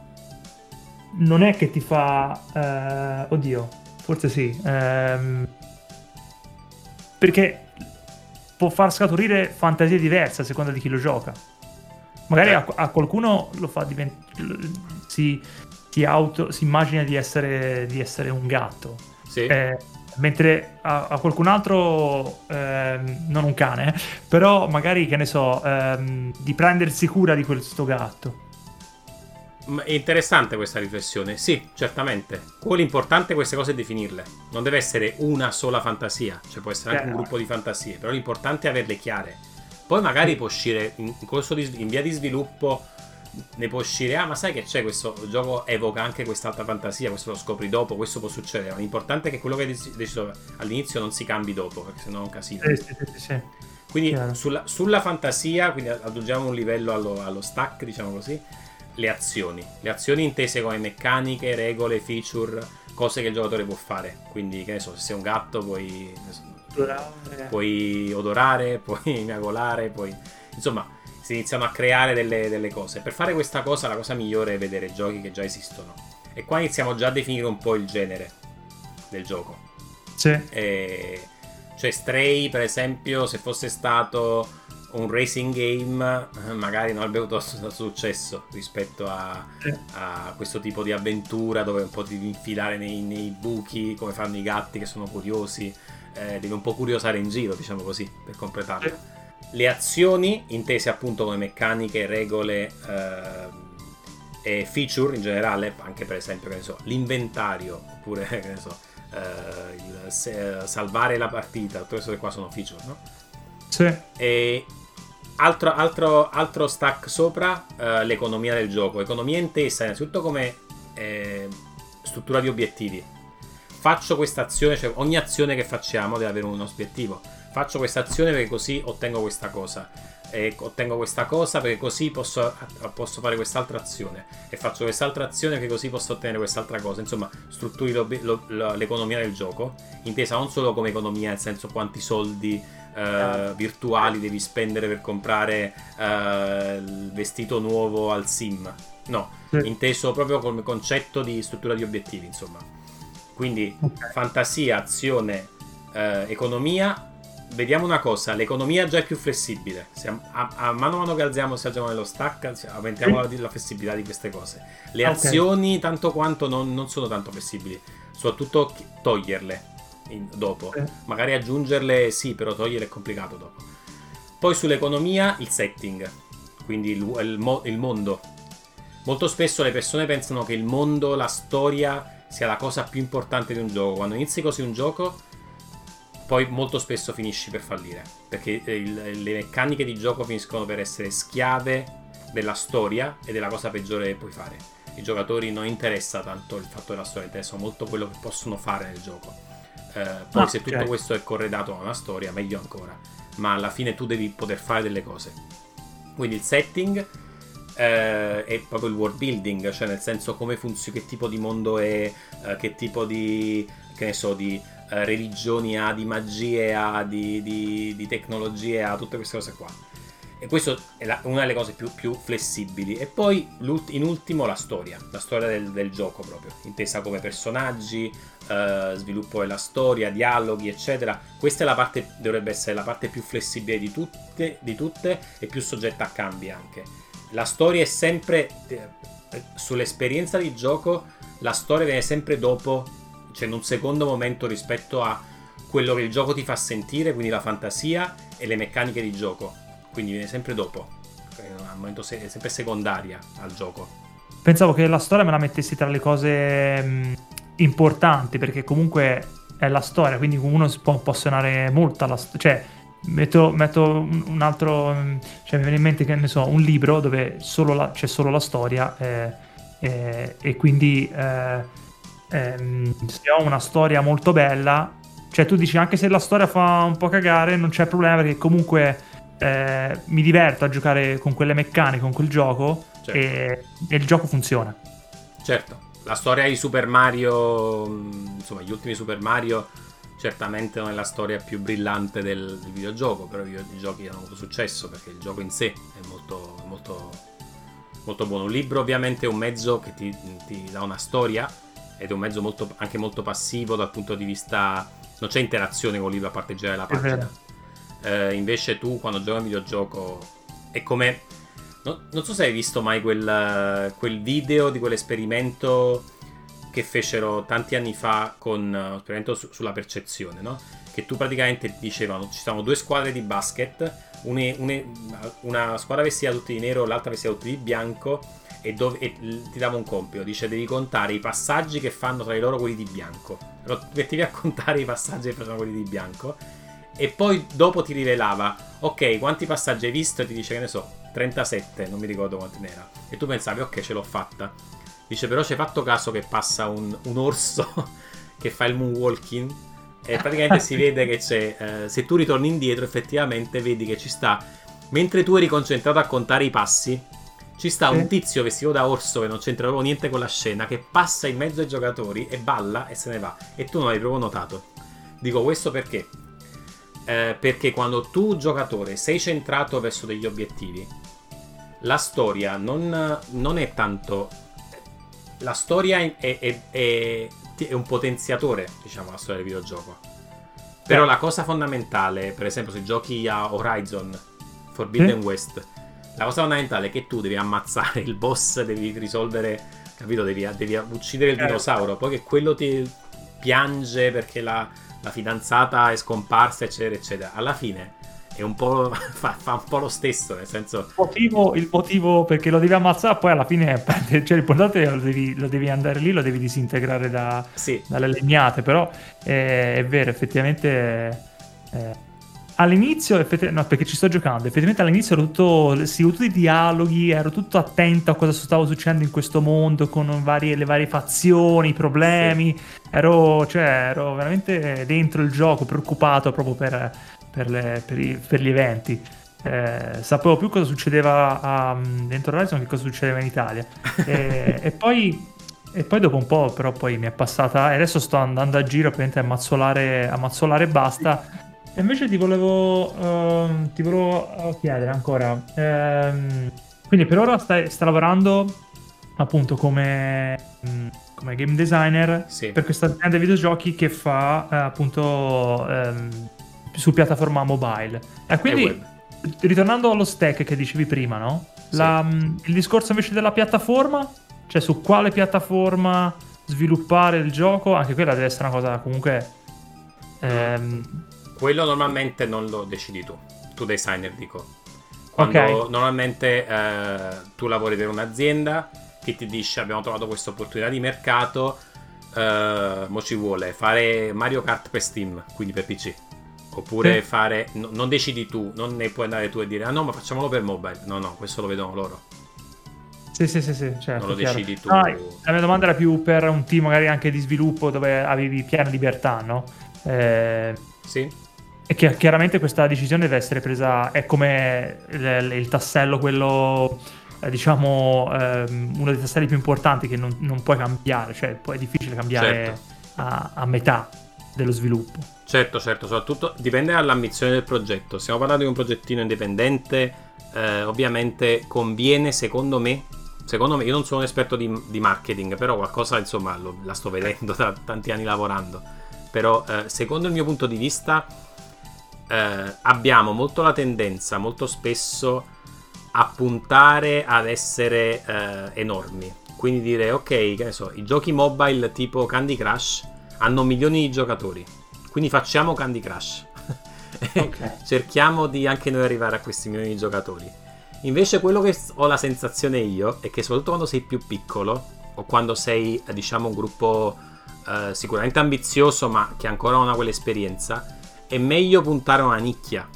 non è che ti fa... Eh, oddio, forse sì. Ehm, perché può far scaturire fantasie diverse a seconda di chi lo gioca. Magari eh. a, a qualcuno lo fa diventare... Si... Si, auto, si immagina di essere, di essere un gatto, sì. eh, mentre a, a qualcun altro, ehm, non un cane, però magari, che ne so, ehm, di prendersi cura di questo gatto. È interessante questa riflessione, sì, certamente. Poi l'importante è queste cose è definirle. Non deve essere una sola fantasia, cioè può essere anche eh, un gruppo di fantasie, però l'importante è averle chiare. Poi magari sì. può uscire in, corso di, in via di sviluppo. Ne può uscire, ah ma sai che c'è, questo gioco evoca anche quest'altra fantasia, questo lo scopri dopo, questo può succedere. L'importante è che quello che hai deciso all'inizio non si cambi dopo, perché sennò è un casino. Sì, sì, sì, sì. Quindi sulla, sulla fantasia, quindi aggiungiamo un livello allo, allo stack, diciamo così, le azioni. Le azioni intese come meccaniche, regole, feature, cose che il giocatore può fare. Quindi, che ne so, se sei un gatto puoi odorare, puoi, odorare, puoi miagolare, puoi... Insomma... si iniziano a creare delle, delle cose. Per fare questa cosa la cosa migliore è vedere giochi che già esistono, e qua iniziamo già a definire un po' il genere del gioco. Sì. E, cioè Stray per esempio, se fosse stato un racing game magari non avrebbe avuto successo rispetto a, sì. a questo tipo di avventura dove un po' ti devi infilare nei, nei buchi come fanno i gatti che sono curiosi, eh, devi un po' curiosare in giro, diciamo così, per completarlo. Sì. Le azioni, intese appunto come meccaniche, regole eh, e feature in generale, anche per esempio, che ne so, l'inventario, oppure, che ne so, eh, il se, salvare la partita, tutte queste qua sono feature, no? Sì. E altro, altro, altro stack sopra, eh, l'economia del gioco. Economia intesa innanzitutto come eh, struttura di obiettivi. Faccio questa azione, cioè ogni azione che facciamo deve avere un obiettivo. Faccio questa azione perché così ottengo questa cosa, e ottengo questa cosa perché così posso, posso fare quest'altra azione, e faccio quest'altra azione perché così posso ottenere quest'altra cosa. Insomma, strutturi lo, lo, l'economia del gioco, intesa non solo come economia nel senso quanti soldi eh, virtuali devi spendere per comprare eh, il vestito nuovo al sim, no, sì. inteso proprio come concetto di struttura di obiettivi, insomma. Quindi okay. fantasia, azione, eh, economia. Vediamo una cosa, l'economia già è più flessibile. Siamo, a, a mano a mano che alziamo, se alziamo nello stack, aumentiamo la, la flessibilità di queste cose. Le okay. azioni, tanto quanto, non, non sono tanto flessibili. Soprattutto toglierle in, dopo. Okay. Magari aggiungerle, sì, però toglierle è complicato dopo. Poi sull'economia, il setting. Quindi il, il, il mondo. Molto spesso le persone pensano che il mondo, la storia, sia la cosa più importante di un gioco. Quando inizi così un gioco, poi molto spesso finisci per fallire, perché il, le meccaniche di gioco finiscono per essere schiave della storia e della cosa peggiore che puoi fare. I giocatori non interessa tanto il fatto della storia, interessa molto quello che possono fare nel gioco. Eh, poi ah, se tutto okay. questo è corredato da una storia, meglio ancora, ma alla fine tu devi poter fare delle cose. Quindi il setting eh, è proprio il world building, cioè nel senso come funziona, che tipo di mondo è, eh, che tipo di, che ne so, di Uh, religioni ha, di magie ha, di, di, di tecnologie ha, tutte queste cose qua. e questo è la, una delle cose più, più flessibili. E poi in ultimo la storia, la storia del, del gioco proprio, intesa come personaggi, eh, sviluppo della storia, dialoghi eccetera. Questa è la parte, dovrebbe essere la parte più flessibile di tutte, di tutte e più soggetta a cambi anche. La storia è sempre, eh, sull'esperienza di gioco, la storia viene sempre dopo, cioè in un secondo momento rispetto a quello che il gioco ti fa sentire, quindi la fantasia e le meccaniche di gioco. Quindi viene sempre dopo, al momento se- è sempre secondaria al gioco. Pensavo che la storia me la mettessi tra le cose mh, importanti, perché comunque è la storia, quindi uno si può appassionare molto alla storia. Cioè, metto, metto un, un altro, mh, cioè mi viene in mente, che ne so, un libro dove solo la, c'è solo la storia, eh, eh, e quindi eh, ehm, se ho una storia molto bella, cioè tu dici anche se la storia fa un po' cagare, non c'è problema, perché comunque Eh, mi diverto a giocare con quelle meccaniche, con quel gioco, certo. e, e il gioco funziona. Certo, la storia di Super Mario, insomma gli ultimi Super Mario certamente non è la storia più brillante del, del videogioco, però i videogiochi hanno avuto successo perché il gioco in sé è molto, molto, molto buono. Un libro ovviamente è un mezzo che ti, ti dà una storia ed è un mezzo molto, anche molto passivo dal punto di vista, non c'è interazione con il libro a parte girare la pagina. Uh, invece tu quando giochi a un videogioco è come, no, non so se hai visto mai quel, quel video di quell'esperimento che fecero tanti anni fa con uh, esperimento su, sulla percezione, no? Che tu praticamente dicevano ci sono due squadre di basket, une, une, una squadra vestita tutti di nero, l'altra vestita tutti di bianco, e, dove, e ti dava un compito, dice devi contare i passaggi che fanno tra di loro quelli di bianco, però ti mettevi a contare i passaggi che facevano quelli di bianco. E poi dopo ti rivelava, ok, quanti passaggi hai visto? E ti dice, che ne so, trentasette, non mi ricordo quanti ne era. E tu pensavi, ok, ce l'ho fatta. Dice, però ci hai fatto caso che passa un, un orso che fa il moonwalking? E praticamente si vede che c'è, eh, se tu ritorni indietro, effettivamente vedi che ci sta, mentre tu eri concentrato a contare i passi, ci sta un tizio vestito da orso che non c'entra proprio niente con la scena, che passa in mezzo ai giocatori e balla e se ne va. E tu non l'hai proprio notato. Dico questo perché? Eh, perché quando tu giocatore sei centrato verso degli obiettivi, la storia non, non è tanto, la storia è, è, è, è un potenziatore, diciamo, la storia del videogioco. Però eh. la cosa fondamentale, per esempio se giochi a Horizon Forbidden eh. West, la cosa fondamentale è che tu devi ammazzare il boss, devi risolvere, capito, devi, devi uccidere il eh. dinosauro, poi che quello ti piange perché la la fidanzata è scomparsa eccetera eccetera, alla fine è un po' fa, fa un po' lo stesso, nel senso il motivo, il motivo perché lo devi ammazzare, poi alla fine cioè l'importante è lo devi, lo devi andare lì, lo devi disintegrare da, sì. dalle legnate, però è, è vero, effettivamente eh, all'inizio effettivamente, no, perché ci sto giocando, effettivamente all'inizio ero tutto, sì, tutti i dialoghi, ero tutto attento a cosa stava succedendo in questo mondo con varie, le varie fazioni, i problemi, sì. ero, cioè, ero veramente dentro il gioco, preoccupato proprio per, per, le, per, i, per gli eventi. Eh, sapevo più cosa succedeva a, dentro Horizon che cosa succedeva in Italia. e, e poi e poi dopo un po' però poi mi è passata, e adesso sto andando a giro ovviamente a mazzolare, a mazzolare e basta. E invece ti volevo, uh, ti volevo chiedere ancora, ehm, quindi per ora stai, stai lavorando appunto come, come game designer, sì, per questa azienda di videogiochi che fa eh, appunto ehm, su piattaforma mobile. E quindi, ritornando allo stack che dicevi prima, no? Sì. La, il discorso invece della piattaforma, cioè su quale piattaforma sviluppare il gioco, anche quella deve essere una cosa comunque... Ehm, Quello normalmente non lo decidi tu, tu designer dico. Quando okay. normalmente eh, tu lavori per un'azienda che ti dice abbiamo trovato questa opportunità di mercato, eh, mo ci vuole fare Mario Kart per Steam, quindi per P C. Oppure sì. fare, no, non decidi tu, non ne puoi andare tu e dire ah no ma facciamolo per mobile. No no, questo lo vedono loro. Sì sì sì, sì certo. Non lo chiaro. decidi tu. Ah, la mia domanda era più per un team magari anche di sviluppo dove avevi piena libertà, no? Eh... Sì. E che chiaramente questa decisione deve essere presa, è come il, il tassello, quello eh, diciamo ehm, uno dei tasselli più importanti che non, non puoi cambiare, cioè poi è difficile cambiare certo. a, a metà dello sviluppo. Certo, certo, soprattutto dipende dall'ambizione del progetto. Stiamo parlando di un progettino indipendente, eh, ovviamente conviene, secondo me, secondo me, io non sono un esperto di, di marketing, però qualcosa insomma lo, la sto vedendo da tanti anni lavorando, però eh, secondo il mio punto di vista eh, abbiamo molto la tendenza, molto spesso, a puntare ad essere eh, enormi, quindi dire ok, che ne so, i giochi mobile tipo Candy Crush hanno milioni di giocatori, quindi facciamo Candy Crush. Okay. Cerchiamo di anche noi arrivare a questi milioni di giocatori. Invece quello che ho la sensazione io è che soprattutto quando sei più piccolo o quando sei diciamo un gruppo eh, sicuramente ambizioso ma che ancora non ha quell'esperienza, è meglio puntare a una nicchia.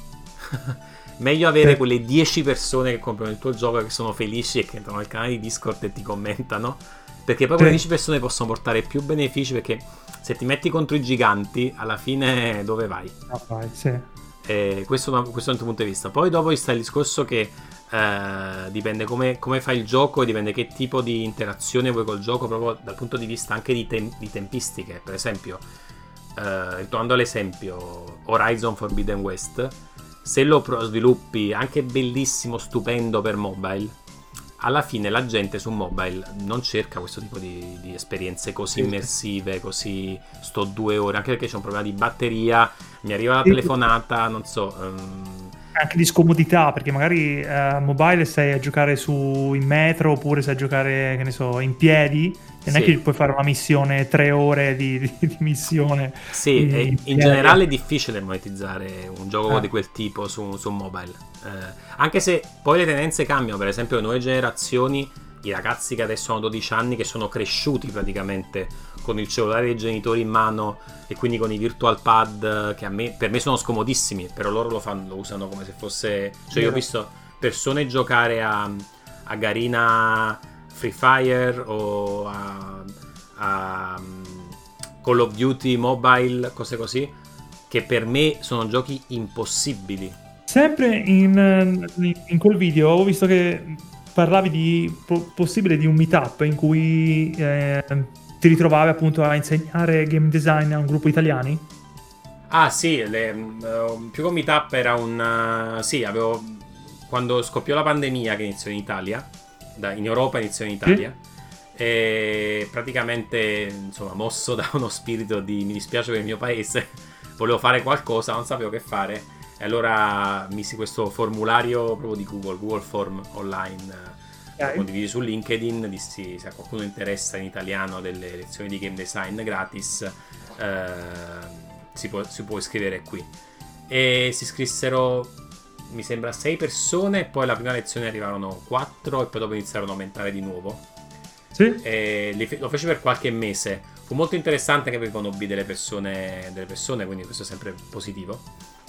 Meglio avere quelle dieci persone che comprano il tuo gioco, che sono felici e che entrano nel canale di Discord e ti commentano, perché poi quelle dieci persone possono portare più benefici, perché se ti metti contro i giganti alla fine dove vai? Ah, vai, sì. Eh, questo, questo è il tuo punto di vista. Poi dopo sta il discorso che eh, dipende come, come fai il gioco e dipende che tipo di interazione vuoi col gioco, proprio dal punto di vista anche di, tem- di tempistiche. Per esempio eh, ritornando all'esempio Horizon Forbidden West, se lo sviluppi anche bellissimo, stupendo per mobile, alla fine la gente su mobile non cerca questo tipo di, di esperienze così immersive, così sto due ore, anche perché c'è un problema di batteria, mi arriva la telefonata, non so... Um... Anche di scomodità, perché magari a uh, mobile stai a giocare su in metro oppure stai a giocare, che ne so, in piedi, e non è sì. che puoi fare una missione, tre ore di, di, di missione. Sì, di, in, in generale è difficile monetizzare un gioco ah. di quel tipo su, su mobile. Eh, anche se poi le tendenze cambiano, per esempio le nuove generazioni, i ragazzi che adesso hanno dodici anni, che sono cresciuti praticamente con il cellulare dei genitori in mano e quindi con i virtual pad, che a me, per me sono scomodissimi, però loro lo, fanno, lo usano come se fosse... Cioè io ho visto persone giocare a, a Garena Free Fire o a, a Call of Duty Mobile, cose così, che per me sono giochi impossibili. Sempre in, in quel video ho visto che parlavi di po- possibile di un meetup in cui eh, ti ritrovavi appunto a insegnare game design a un gruppo italiani. Ah sì, le, uh, più che un meetup era un... Uh, sì, avevo... Quando scoppiò la pandemia, che iniziò in Italia, da, in Europa iniziò in Italia, sì. E praticamente, insomma, mosso da uno spirito di mi dispiace per il mio paese, volevo fare qualcosa, non sapevo che fare. E allora misi questo formulario proprio di Google, Google Form online, okay. Lo condivisi su LinkedIn, dissi se a qualcuno interessa in italiano delle lezioni di game design gratis, eh, si, può, si può iscrivere qui. E si iscrissero, mi sembra, sei persone, e poi la prima lezione arrivarono quattro e poi dopo iniziarono a aumentare di nuovo. Sì. E lo feci per qualche mese. Fu molto interessante, che avevano conobbi delle persone, delle persone, quindi questo è sempre positivo.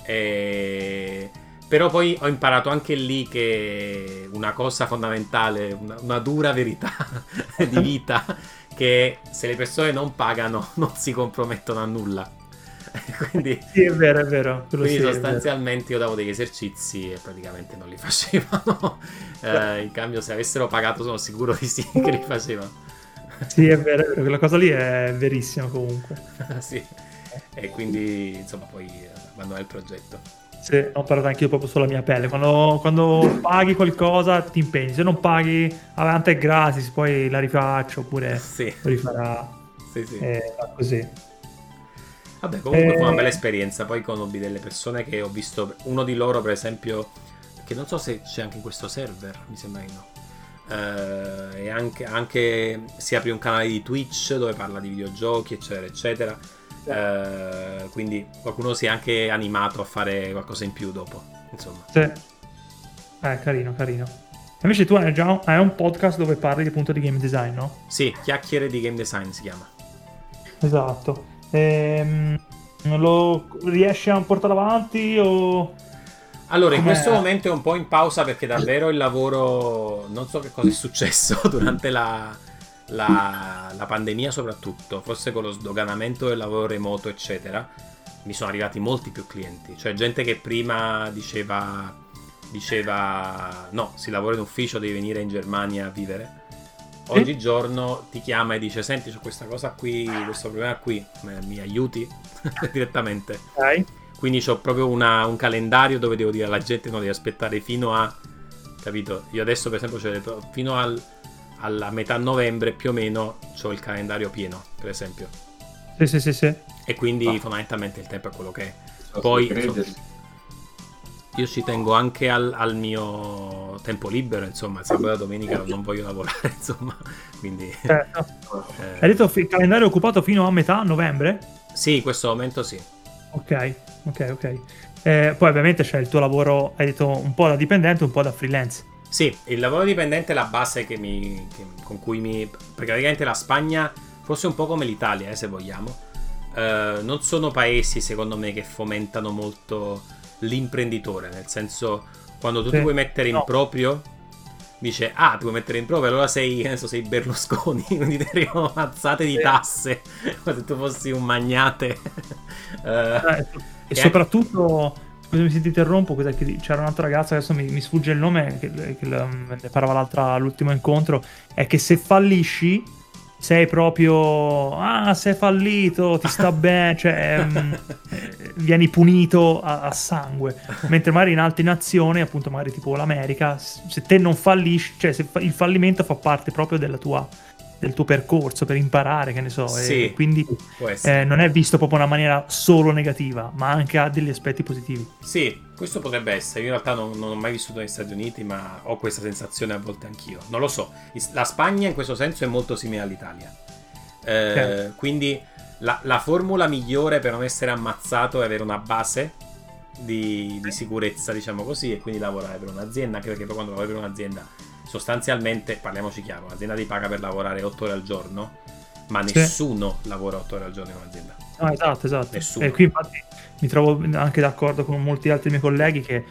E... però poi ho imparato anche lì che una cosa fondamentale, una, una dura verità di vita, che se le persone non pagano non si compromettono a nulla. Quindi sì, è vero, è vero. Quindi sì, sostanzialmente io davo degli esercizi e praticamente non li facevano. eh, in cambio se avessero pagato sono sicuro di sì che li facevano. Sì, è vero, è vero, quella cosa lì è verissima comunque. Sì. E quindi insomma poi vanno nel progetto. Sì, ho parlato anche io proprio sulla mia pelle. Quando, quando paghi qualcosa ti impegni, se non paghi avanti è gratis, poi la rifaccio oppure sì. lo rifarà. Sì, sì. E va così. Vabbè, comunque e... fu una bella esperienza. Poi conobbi delle persone che ho visto, uno di loro per esempio, che non so se c'è anche in questo server, mi sembra di no. Uh, e anche, anche si apre un canale di Twitch dove parla di videogiochi eccetera eccetera. Uh, quindi qualcuno si è anche animato a fare qualcosa in più dopo, insomma. Sì. Eh, carino, carino. Invece tu hai già hai un podcast dove parli appunto di game design, no? Sì, Chiacchiere di Game Design si chiama. Esatto. Ehm, lo riesci a portare avanti o... Allora, in Com'è? questo momento è un po' in pausa perché davvero il lavoro, non so che cosa è successo durante la, la, la pandemia soprattutto, forse con lo sdoganamento del lavoro remoto eccetera, mi sono arrivati molti più clienti, cioè gente che prima diceva, diceva no, si lavora in ufficio, devi venire in Germania a vivere. Oggigiorno ti chiama e dice senti, c'ho questa cosa qui, questo problema qui, mi aiuti? Direttamente. Ok. Quindi ho proprio una, un calendario dove devo dire alla gente no, devi aspettare fino a capito? Io adesso per esempio c'ho, fino al, alla metà novembre più o meno ho il calendario pieno, per esempio. Sì, sì, sì, sì. E quindi Ah. fondamentalmente il tempo è quello che è. So, Poi se insomma, credi- io ci tengo anche al, al mio tempo libero, insomma, il sabato e la domenica non voglio lavorare, insomma, quindi... Certo. eh, Hai detto fi- il calendario è occupato fino a metà novembre? sì, in questo momento sì. Ok, ok, ok. Eh, poi ovviamente c'è il tuo lavoro, hai detto un po' da dipendente, un po' da freelance. Sì, il lavoro dipendente è la base che mi, che- con cui mi... Perché praticamente la Spagna, forse un po' come l'Italia, eh, se vogliamo, eh, non sono paesi, secondo me, che fomentano molto l'imprenditore, nel senso, quando tu Sì. ti vuoi mettere in No. proprio, dice, ah, ti vuoi mettere in proprio, allora sei, che ne so, sei Berlusconi, quindi ti arrivano mazzate di Sì. tasse, come se tu fossi un magnate. Eh, Eh, e e soprattutto, scusami se ti interrompo, cos'è che di- c'era un'altra ragazza, adesso mi, mi sfugge il nome, che, che la- ne parlava l'altra all'ultimo incontro, è che se fallisci sei proprio, ah, sei fallito, ti sta bene, cioè ehm, eh, vieni punito a, a sangue, mentre magari in altre nazioni, appunto magari tipo l'America, s- se te non fallisci, cioè se fa- il fallimento fa parte proprio della tua, del tuo percorso per imparare, che ne so, Sì, e quindi può essere. eh, non è visto proprio in una maniera solo negativa, ma anche ha degli aspetti positivi. Sì, questo potrebbe essere. Io in realtà non, non ho mai vissuto negli Stati Uniti, ma ho questa sensazione a volte anch'io. Non lo so. Is- La Spagna in questo senso è molto simile all'Italia. Eh, Certo. Quindi la, la formula migliore per non essere ammazzato è avere una base di, di sicurezza, diciamo così, e quindi lavorare per un'azienda, anche perché poi quando lavori per un'azienda, sostanzialmente, parliamoci chiaro, un'azienda ti paga per lavorare otto ore al giorno, ma Sì. nessuno lavora otto ore al giorno in un'azienda. No, esatto, esatto. Nessuno. E qui infatti mi trovo anche d'accordo con molti altri miei colleghi che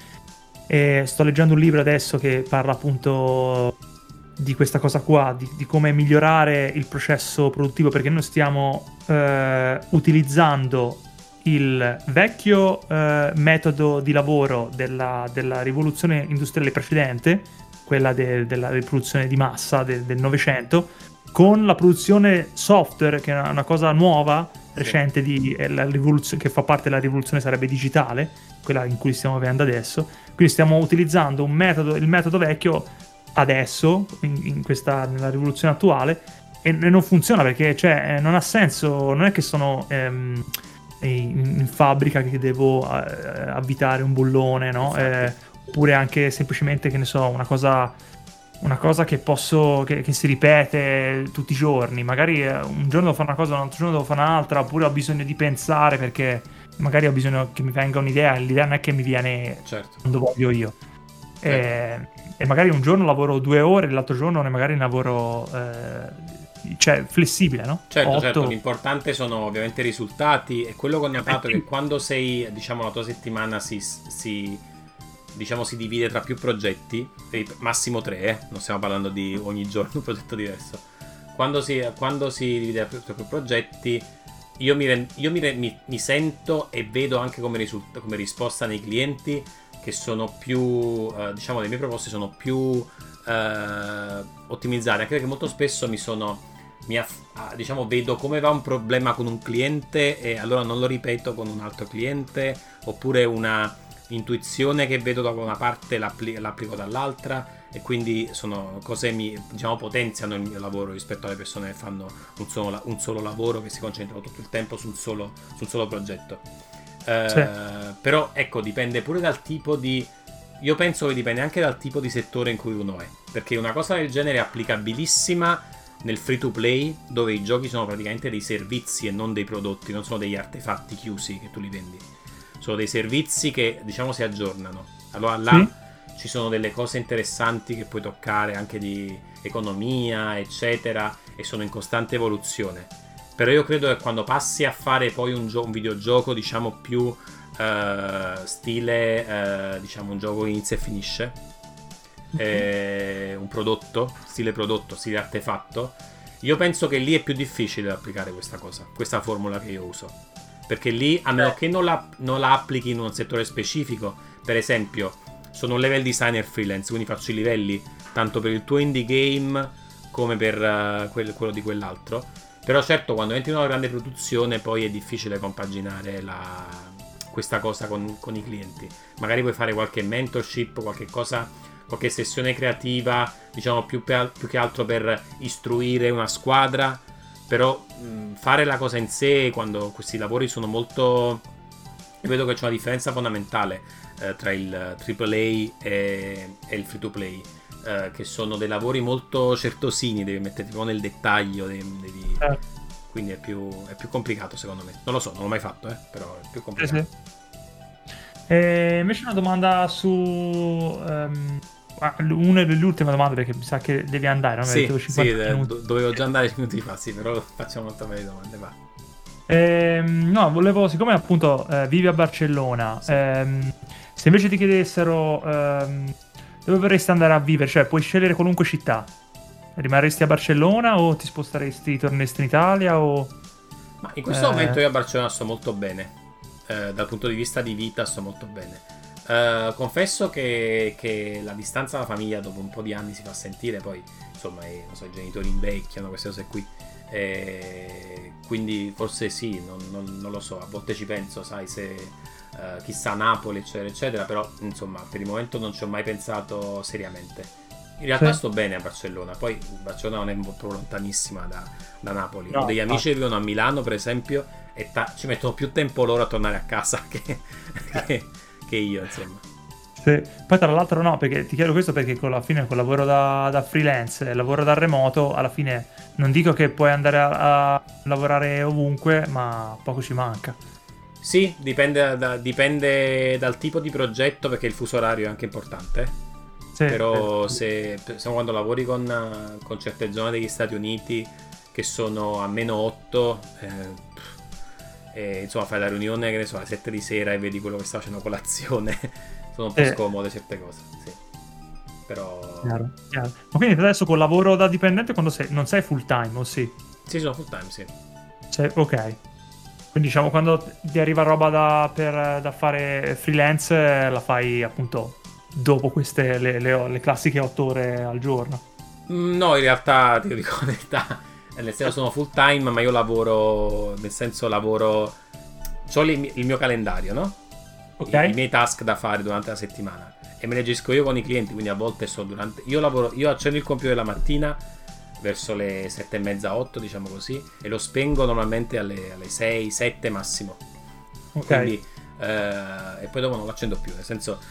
eh, sto leggendo un libro adesso che parla appunto di questa cosa qua, di, di come migliorare il processo produttivo, perché noi stiamo eh, utilizzando il vecchio eh, metodo di lavoro della, della rivoluzione industriale precedente, quella de- della riproduzione di massa de- del Novecento, con la produzione software, che è una, una cosa nuova, recente, di, è la rivoluzione, che fa parte della rivoluzione sarebbe digitale, quella in cui stiamo vivendo adesso. Quindi stiamo utilizzando un metodo, il metodo vecchio adesso, in, in questa, nella rivoluzione attuale, e, e non funziona perché cioè, eh, non ha senso, non è che sono ehm, in, in fabbrica che devo eh, avvitare un bullone, no? Eh, oppure anche semplicemente, che ne so, una cosa una cosa che posso che, che si ripete tutti i giorni, magari eh, un giorno devo fare una cosa, un altro giorno devo fare un'altra, oppure ho bisogno di pensare perché magari ho bisogno che mi venga un'idea, e l'idea non è che mi viene Certo. quando voglio io. E, e magari un giorno lavoro due ore, l'altro giorno ne magari ne lavoro eh, cioè flessibile, no? Certo, Otto. certo, l'importante sono ovviamente i risultati, e quello che ho notato è che quando sei, diciamo, la tua settimana si, si diciamo si divide tra più progetti, massimo tre, eh? Non stiamo parlando di ogni giorno un progetto diverso. Quando si, quando si divide tra più, tra più progetti, io, mi, rend, io mi, mi, mi sento e vedo anche come, risult- come risposta nei clienti che sono più, eh, diciamo, le mie proposte sono più eh, ottimizzate, anche perché molto spesso mi sono, mi aff- diciamo, vedo come va un problema con un cliente e allora non lo ripeto con un altro cliente, oppure una intuizione che vedo da una parte l'appli- l'applico dall'altra, e quindi sono cose mi, diciamo, potenziano il mio lavoro rispetto alle persone che fanno un solo, un solo lavoro, che si concentrano tutto il tempo su un solo, su un solo progetto. Eh, Sì. Però ecco, dipende pure dal tipo di, io penso che dipende anche dal tipo di settore in cui uno è, perché una cosa del genere è applicabilissima nel free to play, dove i giochi sono praticamente dei servizi e non dei prodotti, non sono degli artefatti chiusi che tu li vendi, sono dei servizi che, diciamo, si aggiornano. Allora là Sì. ci sono delle cose interessanti che puoi toccare, anche di economia, eccetera, e sono in costante evoluzione. Però io credo che quando passi a fare poi un, gio- un videogioco, diciamo, più eh, stile, eh, diciamo, un gioco che inizia e finisce, eh, un prodotto, stile prodotto, stile artefatto, io penso che lì è più difficile applicare questa cosa, questa formula che io uso. Perché lì, a meno che non la, non la applichi in un settore specifico, per esempio, sono un level designer freelance, quindi faccio i livelli tanto per il tuo indie game come per uh, quel, quello di quell'altro. Però certo, quando entri in una grande produzione poi è difficile compaginare la, questa cosa con, con i clienti. Magari puoi fare qualche mentorship, qualche cosa qualche sessione creativa, diciamo più, per, più che altro per istruire una squadra, però mh, fare la cosa in sé, quando questi lavori sono molto... Io vedo che c'è una differenza fondamentale eh, tra il triple A e, e il free to play, eh, che sono dei lavori molto certosini, devi metterti proprio nel dettaglio, devi, devi... Certo. Quindi è più, è più complicato secondo me. Non lo so, non l'ho mai fatto, eh, però è più complicato. Sì, sì. E invece una domanda su... Um, una delle ultime domande, perché mi sa che devi andare, no? Sì, sì, eh, do- dovevo già andare cinque minuti fa, sì, però facciamo un'altra paio di domande, va. Ehm, no, volevo, siccome appunto eh, vivi a Barcellona, Sì. ehm, se invece ti chiedessero ehm, dove vorresti andare a vivere, cioè puoi scegliere qualunque città, rimarresti a Barcellona o ti sposteresti, torneresti in Italia o... Ma in questo eh, momento io a Barcellona sto molto bene, eh, dal punto di vista di vita sto molto bene. Eh, confesso che, che la distanza dalla famiglia dopo un po' di anni si fa sentire, poi insomma i, non so, i genitori invecchiano, queste cose qui. E quindi forse sì, non, non, non lo so, a volte ci penso, sai, se uh, chissà Napoli eccetera eccetera, però insomma per il momento non ci ho mai pensato seriamente. In realtà sì. sto bene a Barcellona, poi Barcellona non è proprio lontanissima da, da Napoli. No, Ho degli amici no. che vivono a Milano per esempio e ta- ci mettono più tempo loro a tornare a casa che, che, che io, insomma. Sì. Poi tra l'altro no, perché ti chiedo questo perché con la fine col lavoro da, da freelance, lavoro da remoto, alla fine non dico che puoi andare a, a lavorare ovunque, ma poco ci manca. Sì, dipende, da, dipende dal tipo di progetto, perché il fuso orario è anche importante. Sì, Però sì. se, se quando lavori con, con certe zone degli Stati Uniti che sono a meno otto, eh, e insomma fai la riunione che ne so alle sette di sera e vedi quello che sta facendo colazione, sono un po' Sì. scomode certe cose, sì. Però Chiaro, chiaro. Ma quindi adesso col lavoro da dipendente quando sei, non sei full time, o sì? sì, sono full time, sì. Sei, ok. Quindi diciamo quando ti arriva roba da, per, da fare freelance eh, la fai appunto dopo queste le, le- le classiche otto ore al giorno. Mm, No, in realtà ti dico la verità, nel senso sono full time, ma io lavoro, nel senso lavoro, ho il mio calendario, no? Ok? I, i miei task da fare durante la settimana e me ne gestisco io con i clienti, quindi a volte so durante io lavoro, io accendo il computer la mattina verso le sette e mezza, otto, diciamo così, e lo spengo normalmente alle, alle sei, sette massimo. Ok. Quindi eh, e poi dopo non lo accendo più, nel senso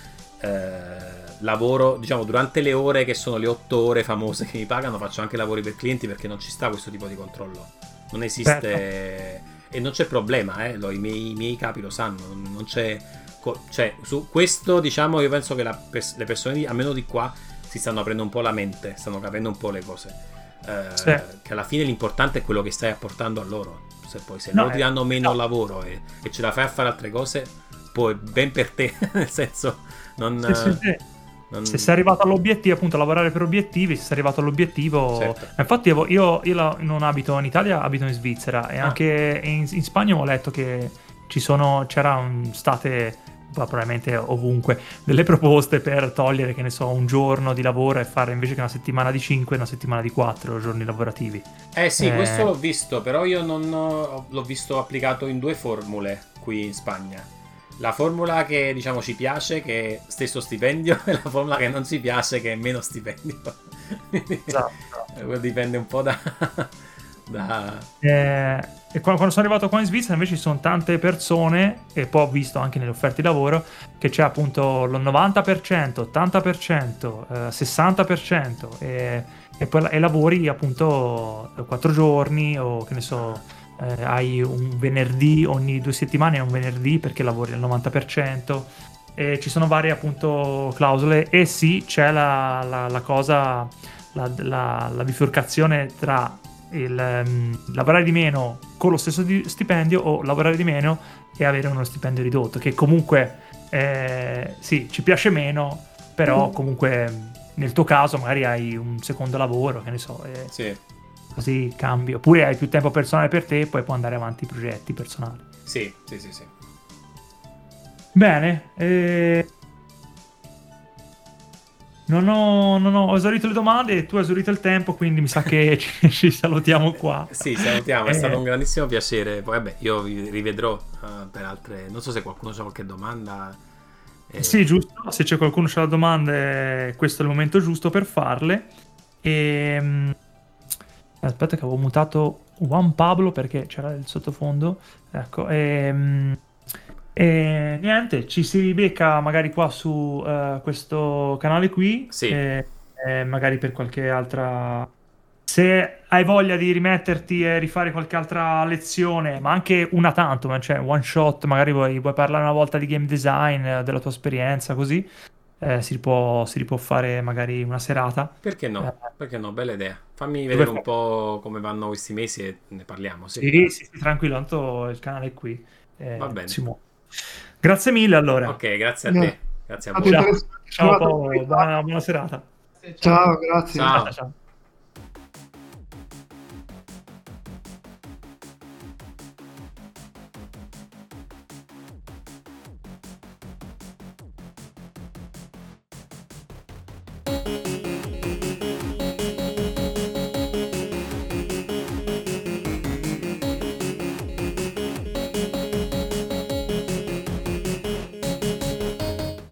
eh, lavoro, diciamo, durante le ore che sono le otto ore famose che mi pagano, faccio anche lavori per clienti perché non ci sta questo tipo di controllo, non esiste. Certo. E non c'è problema, eh, lo- i, miei, i miei capi lo sanno, non, non c'è co- cioè su questo diciamo io penso che la pers- le persone di- almeno di qua si stanno aprendo un po' la mente, stanno capendo un po' le cose, eh, Sì. che alla fine l'importante è quello che stai apportando a loro. Se poi se No, loro ti eh, danno meno no. lavoro e, e ce la fai a fare altre cose, poi ben per te, nel senso non, Sì, sì, sì. non- Se sei arrivato all'obiettivo, appunto, lavorare per obiettivi, se sei arrivato all'obiettivo. Certo. Ma infatti, io, io, io la- non abito in Italia, abito in Svizzera. E Ah. anche in, in Spagna ho letto che ci sono, c'erano state, ma probabilmente ovunque, delle proposte per togliere, che ne so, un giorno di lavoro e fare invece che una settimana di cinque, una settimana di quattro giorni lavorativi. Eh sì, Eh, questo l'ho visto, però io non ho- l'ho visto applicato in due formule qui in Spagna. La formula che diciamo ci piace, che è stesso stipendio, e la formula che non ci piace, che è meno stipendio. Esatto. Eh, Dipende un po' da... da... Eh, e quando, quando sono arrivato qua in Svizzera invece ci sono tante persone, e poi ho visto anche nelle offerte di lavoro, che c'è appunto lo novanta per cento, ottanta per cento, eh, sessanta per cento e, e poi la- e lavori appunto quattro giorni o che ne so, eh, hai un venerdì ogni due settimane, è un venerdì perché lavori al novanta per cento e ci sono varie appunto clausole e sì, c'è la, la- la cosa, la, la- la bifurcazione tra il ehm, lavorare di meno con lo stesso di- stipendio o lavorare di meno e avere uno stipendio ridotto, che comunque eh, sì, ci piace meno, però comunque nel tuo caso magari hai un secondo lavoro, che ne so, e Sì, così cambi, oppure hai più tempo personale per te e poi puoi andare avanti i progetti personali. sì, sì, sì, sì. Bene, eh, non ho, non ho, ho esaurito le domande e tu hai esaurito il tempo, quindi mi sa che ci, ci salutiamo qua. Sì, salutiamo, è Eh, stato un grandissimo piacere. Poi vabbè, io vi rivedrò eh, per altre... Non so se qualcuno ha qualche domanda, Eh, Sì, giusto. Se c'è qualcuno che ha domande, questo è il momento giusto per farle. E... Aspetta che avevo mutato Juan Pablo perché c'era il sottofondo. Ecco, e... e niente, ci si becca magari qua su eh, questo canale qui, sì, e, e magari per qualche altra... Se hai voglia di rimetterti e rifare qualche altra lezione, ma anche una tanto, ma cioè one shot, magari vuoi, vuoi parlare una volta di game design, eh, della tua esperienza, così, eh, si può, si può fare magari una serata. perché Eh, no? Perché no? Bella idea. Fammi dove vedere un fa- po' come vanno questi mesi e ne parliamo, sì. Sì, sì, sì, tranquillo, tanto il canale è qui, Va eh, bene. si muove. Grazie mille allora. Ok, grazie a Eh, te. Grazie a Stato voi. Ciao, interessante. ciao Paolo, buona, buona serata. Ciao, grazie. Ciao, Ciao. ciao.